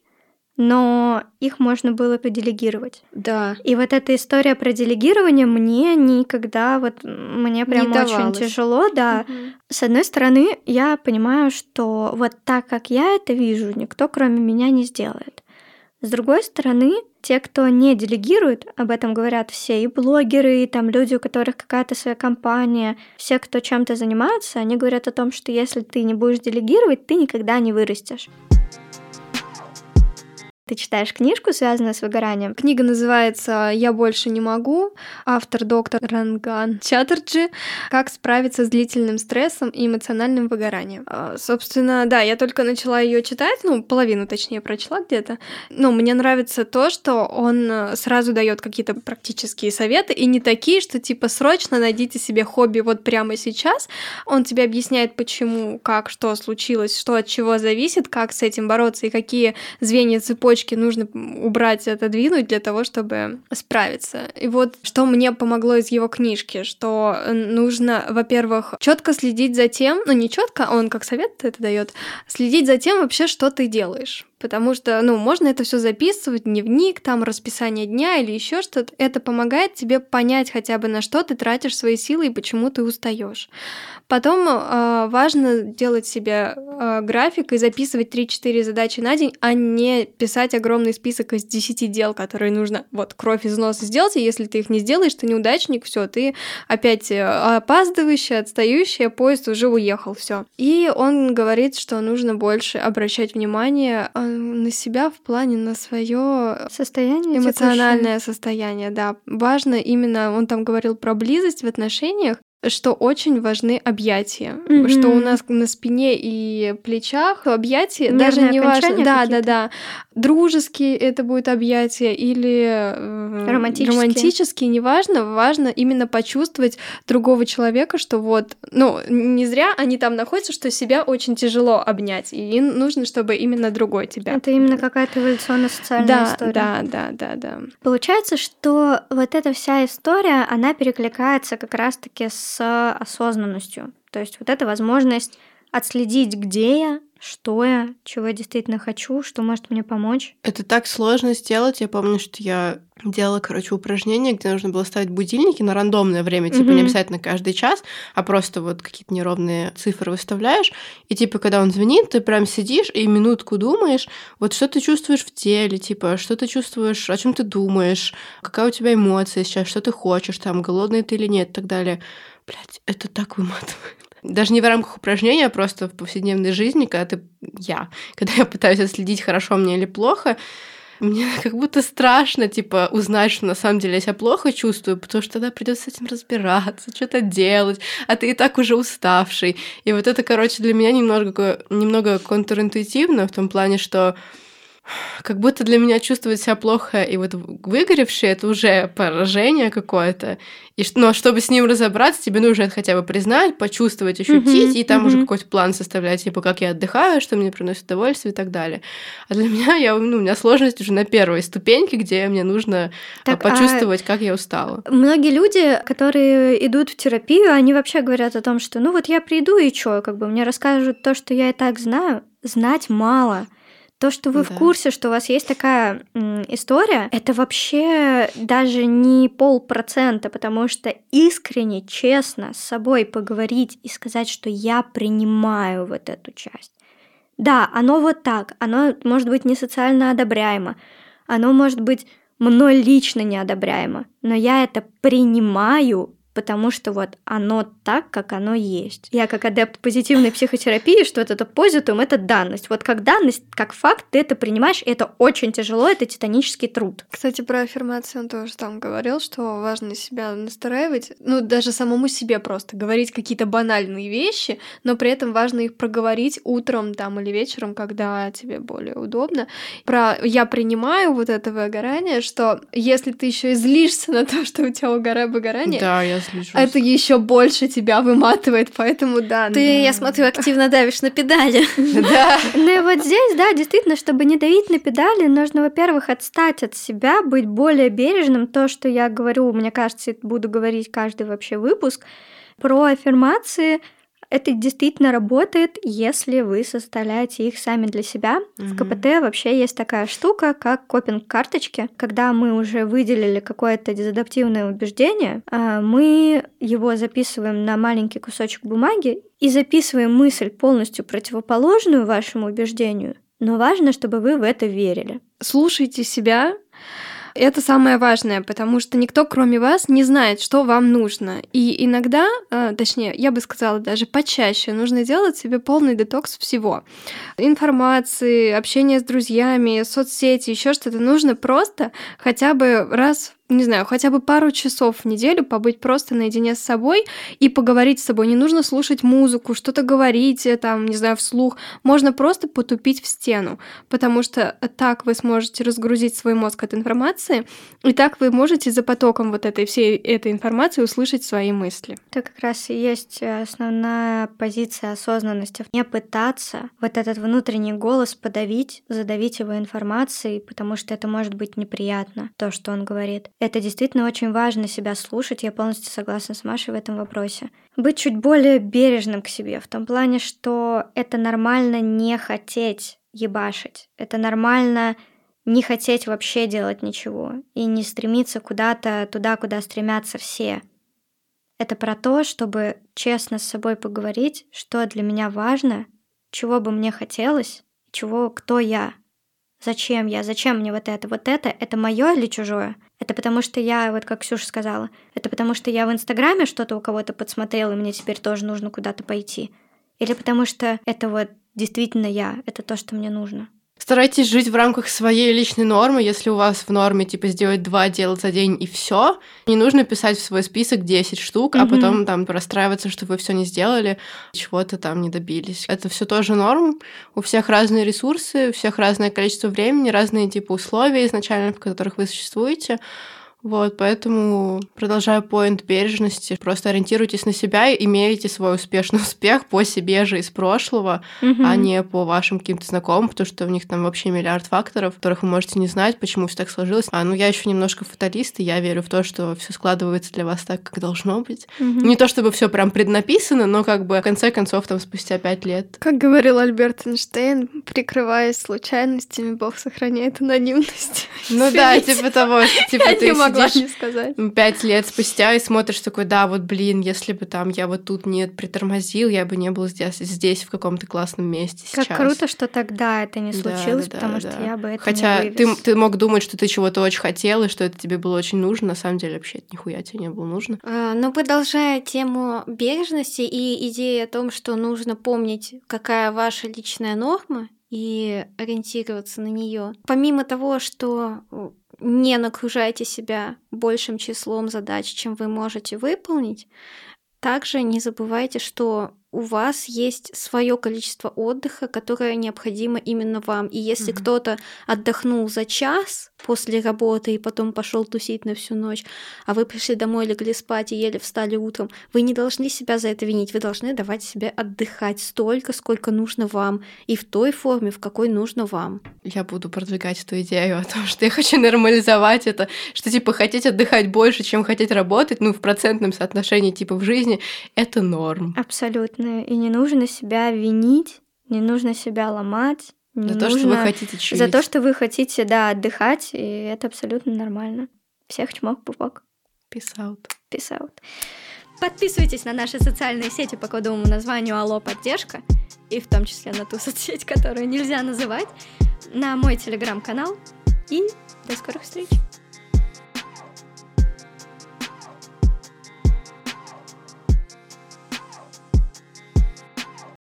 но их можно было поделегировать. Да. И вот эта история про делегирование мне никогда, мне прям очень тяжело, да. С одной стороны, я понимаю, что вот так, как я это вижу, никто кроме меня не сделает. С другой стороны, те, кто не делегирует, об этом говорят все, и блогеры, и там люди, у которых какая-то своя компания, все, кто чем-то занимается, они говорят о том, что если ты не будешь делегировать, ты никогда не вырастешь. Ты читаешь книжку, связанную с выгоранием? Книга называется «Я больше не могу», автор доктор Ранган Чаттерджи. «Как справиться с длительным стрессом и эмоциональным выгоранием». Собственно, да, я только начала ее читать, половину, точнее, прочла где-то. Мне нравится то, что он сразу дает какие-то практические советы, и не такие, что типа срочно найдите себе хобби вот прямо сейчас. Он тебе объясняет, почему, как, что случилось, что от чего зависит, как с этим бороться и какие звенья цепочки нужно убрать, отодвинуть для того, чтобы справиться. И вот что мне помогло из его книжки, что нужно, во-первых, четко следить за тем, не четко, он как совет это дает, следить за тем вообще, что ты делаешь. Потому что, можно это все записывать, дневник, там, расписание дня или еще что-то. Это помогает тебе понять хотя бы, на что ты тратишь свои силы и почему ты устаешь. Потом важно делать себе график и записывать 3-4 задачи на день, а не писать огромный список из 10 дел, которые нужно кровь из носа сделать, и если ты их не сделаешь, ты неудачник, все, ты опять опаздывающий, отстающий, поезд уже уехал, все. И он говорит, что нужно больше обращать внимание на себя в плане на свое Состояние эмоциональное состояние, да. Важно именно, он там говорил про близость в отношениях, что очень важны объятия, что у нас на спине и плечах объятия, Нервные даже не важно, окончания да, какие-то? да, дружеские это будет объятия или романтические, неважно, важно именно почувствовать другого человека, что вот, ну, не зря они там находятся, что себя очень тяжело обнять, и им нужно, чтобы именно другой тебя. Это именно какая-то эволюционно-социальная история. Да. Получается, что вот эта вся история, она перекликается как раз-таки с осознанностью. То есть вот эта возможность отследить, где я, что я, чего я действительно хочу, что может мне помочь. Это так сложно сделать. Я помню, что я делала, упражнения, где нужно было ставить будильники на рандомное время, типа не обязательно каждый час, а просто вот какие-то неровные цифры выставляешь, и типа когда он звонит, ты прям сидишь и минутку думаешь, вот что ты чувствуешь в теле, типа что ты чувствуешь, о чем ты думаешь, какая у тебя эмоция сейчас, что ты хочешь, там, голодный ты или нет и так далее. Блядь, это так выматывает. Даже не в рамках упражнения, а просто в повседневной жизни, когда я пытаюсь отследить, хорошо мне или плохо, мне как будто страшно, типа, узнать, что на самом деле я себя плохо чувствую, потому что тогда придется с этим разбираться, что-то делать, а ты и так уже уставший. И вот это, для меня немного контринтуитивно в том плане, что как будто для меня чувствовать себя плохо и вот выгоревший — это уже поражение какое-то. Но чтобы с ним разобраться, тебе нужно это хотя бы признать, почувствовать, ощутить, и там уже какой-то план составлять, типа, как я отдыхаю, что мне приносит удовольствие и так далее. А для меня, у меня сложность уже на первой ступеньке, где мне нужно почувствовать, как я устала. Многие люди, которые идут в терапию, они вообще говорят о том, что ну вот я приду и чё, мне расскажут то, что я и так знаю. Знать мало. То, что вы в курсе, что у вас есть такая история, это вообще даже не 0,5%, потому что искренне, честно с собой поговорить и сказать, что я принимаю вот эту часть. Да, оно вот так, оно может быть не социально одобряемо, оно может быть мной лично неодобряемо, но я это принимаю, потому что вот оно так, как оно есть. Я как адепт позитивной психотерапии, что вот это позитум — это данность. Вот как данность, как факт, ты это принимаешь, и это очень тяжело, это титанический труд. Кстати, про аффирмации он тоже там говорил, что важно себя настраивать, даже самому себе просто говорить какие-то банальные вещи, но при этом важно их проговорить утром там или вечером, когда тебе более удобно. Я принимаю вот это выгорание, что если ты еще и злишься на то, что у тебя выгорание, да, я это еще больше тебя выматывает, поэтому да. Ты, я смотрю, активно давишь на педали. Да. Ну и вот здесь, да, действительно, чтобы не давить на педали, нужно, во-первых, отстать от себя, быть более бережным. То, что я говорю, мне кажется, буду говорить каждый вообще выпуск, про аффирмации. Это действительно работает, если вы составляете их сами для себя. В КПТ вообще есть такая штука, как копинг-карточки. Когда мы уже выделили какое-то дезадаптивное убеждение, мы его записываем на маленький кусочек бумаги и записываем мысль полностью противоположную вашему убеждению, но важно, чтобы вы в это верили. Слушайте себя. Это самое важное, потому что никто, кроме вас, не знает, что вам нужно. И иногда, точнее, я бы сказала, даже почаще нужно делать себе полный детокс всего. Информации, общения с друзьями, соцсети, еще что-то. Нужно просто хотя бы хотя бы пару часов в неделю побыть просто наедине с собой и поговорить с собой. Не нужно слушать музыку, что-то говорить, вслух. Можно просто потупить в стену, потому что так вы сможете разгрузить свой мозг от информации, и так вы можете за потоком всей этой информации услышать свои мысли. Это как раз и есть основная позиция осознанности. Не пытаться вот этот внутренний голос задавить его информацией, потому что это может быть неприятно, то, что он говорит. Это действительно очень важно себя слушать, я полностью согласна с Машей в этом вопросе. Быть чуть более бережным к себе, в том плане, что это нормально не хотеть ебашить, это нормально не хотеть вообще делать ничего и не стремиться куда-то туда, куда стремятся все. Это про то, чтобы честно с собой поговорить, что для меня важно, чего бы мне хотелось, кто я. Зачем мне вот это моё или чужое? Это потому что я, вот как Ксюша сказала, это потому что я в Инстаграме что-то у кого-то подсмотрела, и мне теперь тоже нужно куда-то пойти? Или потому что это вот действительно это то, что мне нужно? Старайтесь жить в рамках своей личной нормы. Если у вас в норме, типа, сделать 2 дела за день и все, не нужно писать в свой список 10 штук, а потом там расстраиваться, что вы все не сделали, чего-то там не добились. Это все тоже норм. У всех разные ресурсы, у всех разное количество времени, разные типа условия изначально, в которых вы существуете. Вот, поэтому, продолжая поинт бережности, просто ориентируйтесь на себя и меряйте свой успешный успех по себе же из прошлого, а не по вашим каким-то знакомым, потому что у них там вообще миллиард факторов, которых вы можете не знать, почему все так сложилось. Я еще немножко фаталист, и я верю в то, что все складывается для вас так, как должно быть. Не то чтобы все прям преднаписано, но как бы в конце концов там спустя 5 лет. Как говорил Альберт Эйнштейн, прикрываясь случайностями, Бог сохраняет анонимность. Ну да, типа того, что типа ты не сказать. 5 лет спустя и смотришь такой, да, вот блин, если бы там я вот тут не притормозил, я бы не был здесь в каком-то классном месте сейчас. Как круто, что тогда это не случилось, потому что я бы это Хотя не вывез. ты мог думать, что ты чего-то очень хотел, и что это тебе было очень нужно, на самом деле вообще это нихуя тебе не было нужно. Но продолжая тему бережности и идеи о том, что нужно помнить, какая ваша личная норма, и ориентироваться на нее. Помимо того, что не нагружайте себя большим числом задач, чем вы можете выполнить, также не забывайте, что у вас есть свое количество отдыха, которое необходимо именно вам. И если кто-то отдохнул за час после работы и потом пошел тусить на всю ночь, а вы пришли домой, легли спать и еле встали утром, вы не должны себя за это винить. Вы должны давать себе отдыхать столько, сколько нужно вам, и в той форме, в какой нужно вам. Я буду продвигать эту идею о том, что я хочу нормализовать это, что типа хотеть отдыхать больше, чем хотеть работать, в процентном соотношении типа в жизни, это норм. Абсолютно. И не нужно себя винить, не нужно себя ломать. За то, что вы хотите чилить. За то, что вы хотите, да, отдыхать, и это абсолютно нормально. Всех чмок, пупок. Peace out. Peace out. Подписывайтесь на наши социальные сети по кодовому названию «Алло, поддержка», и в том числе на ту соцсеть, которую нельзя называть, на мой телеграм-канал, и до скорых встреч!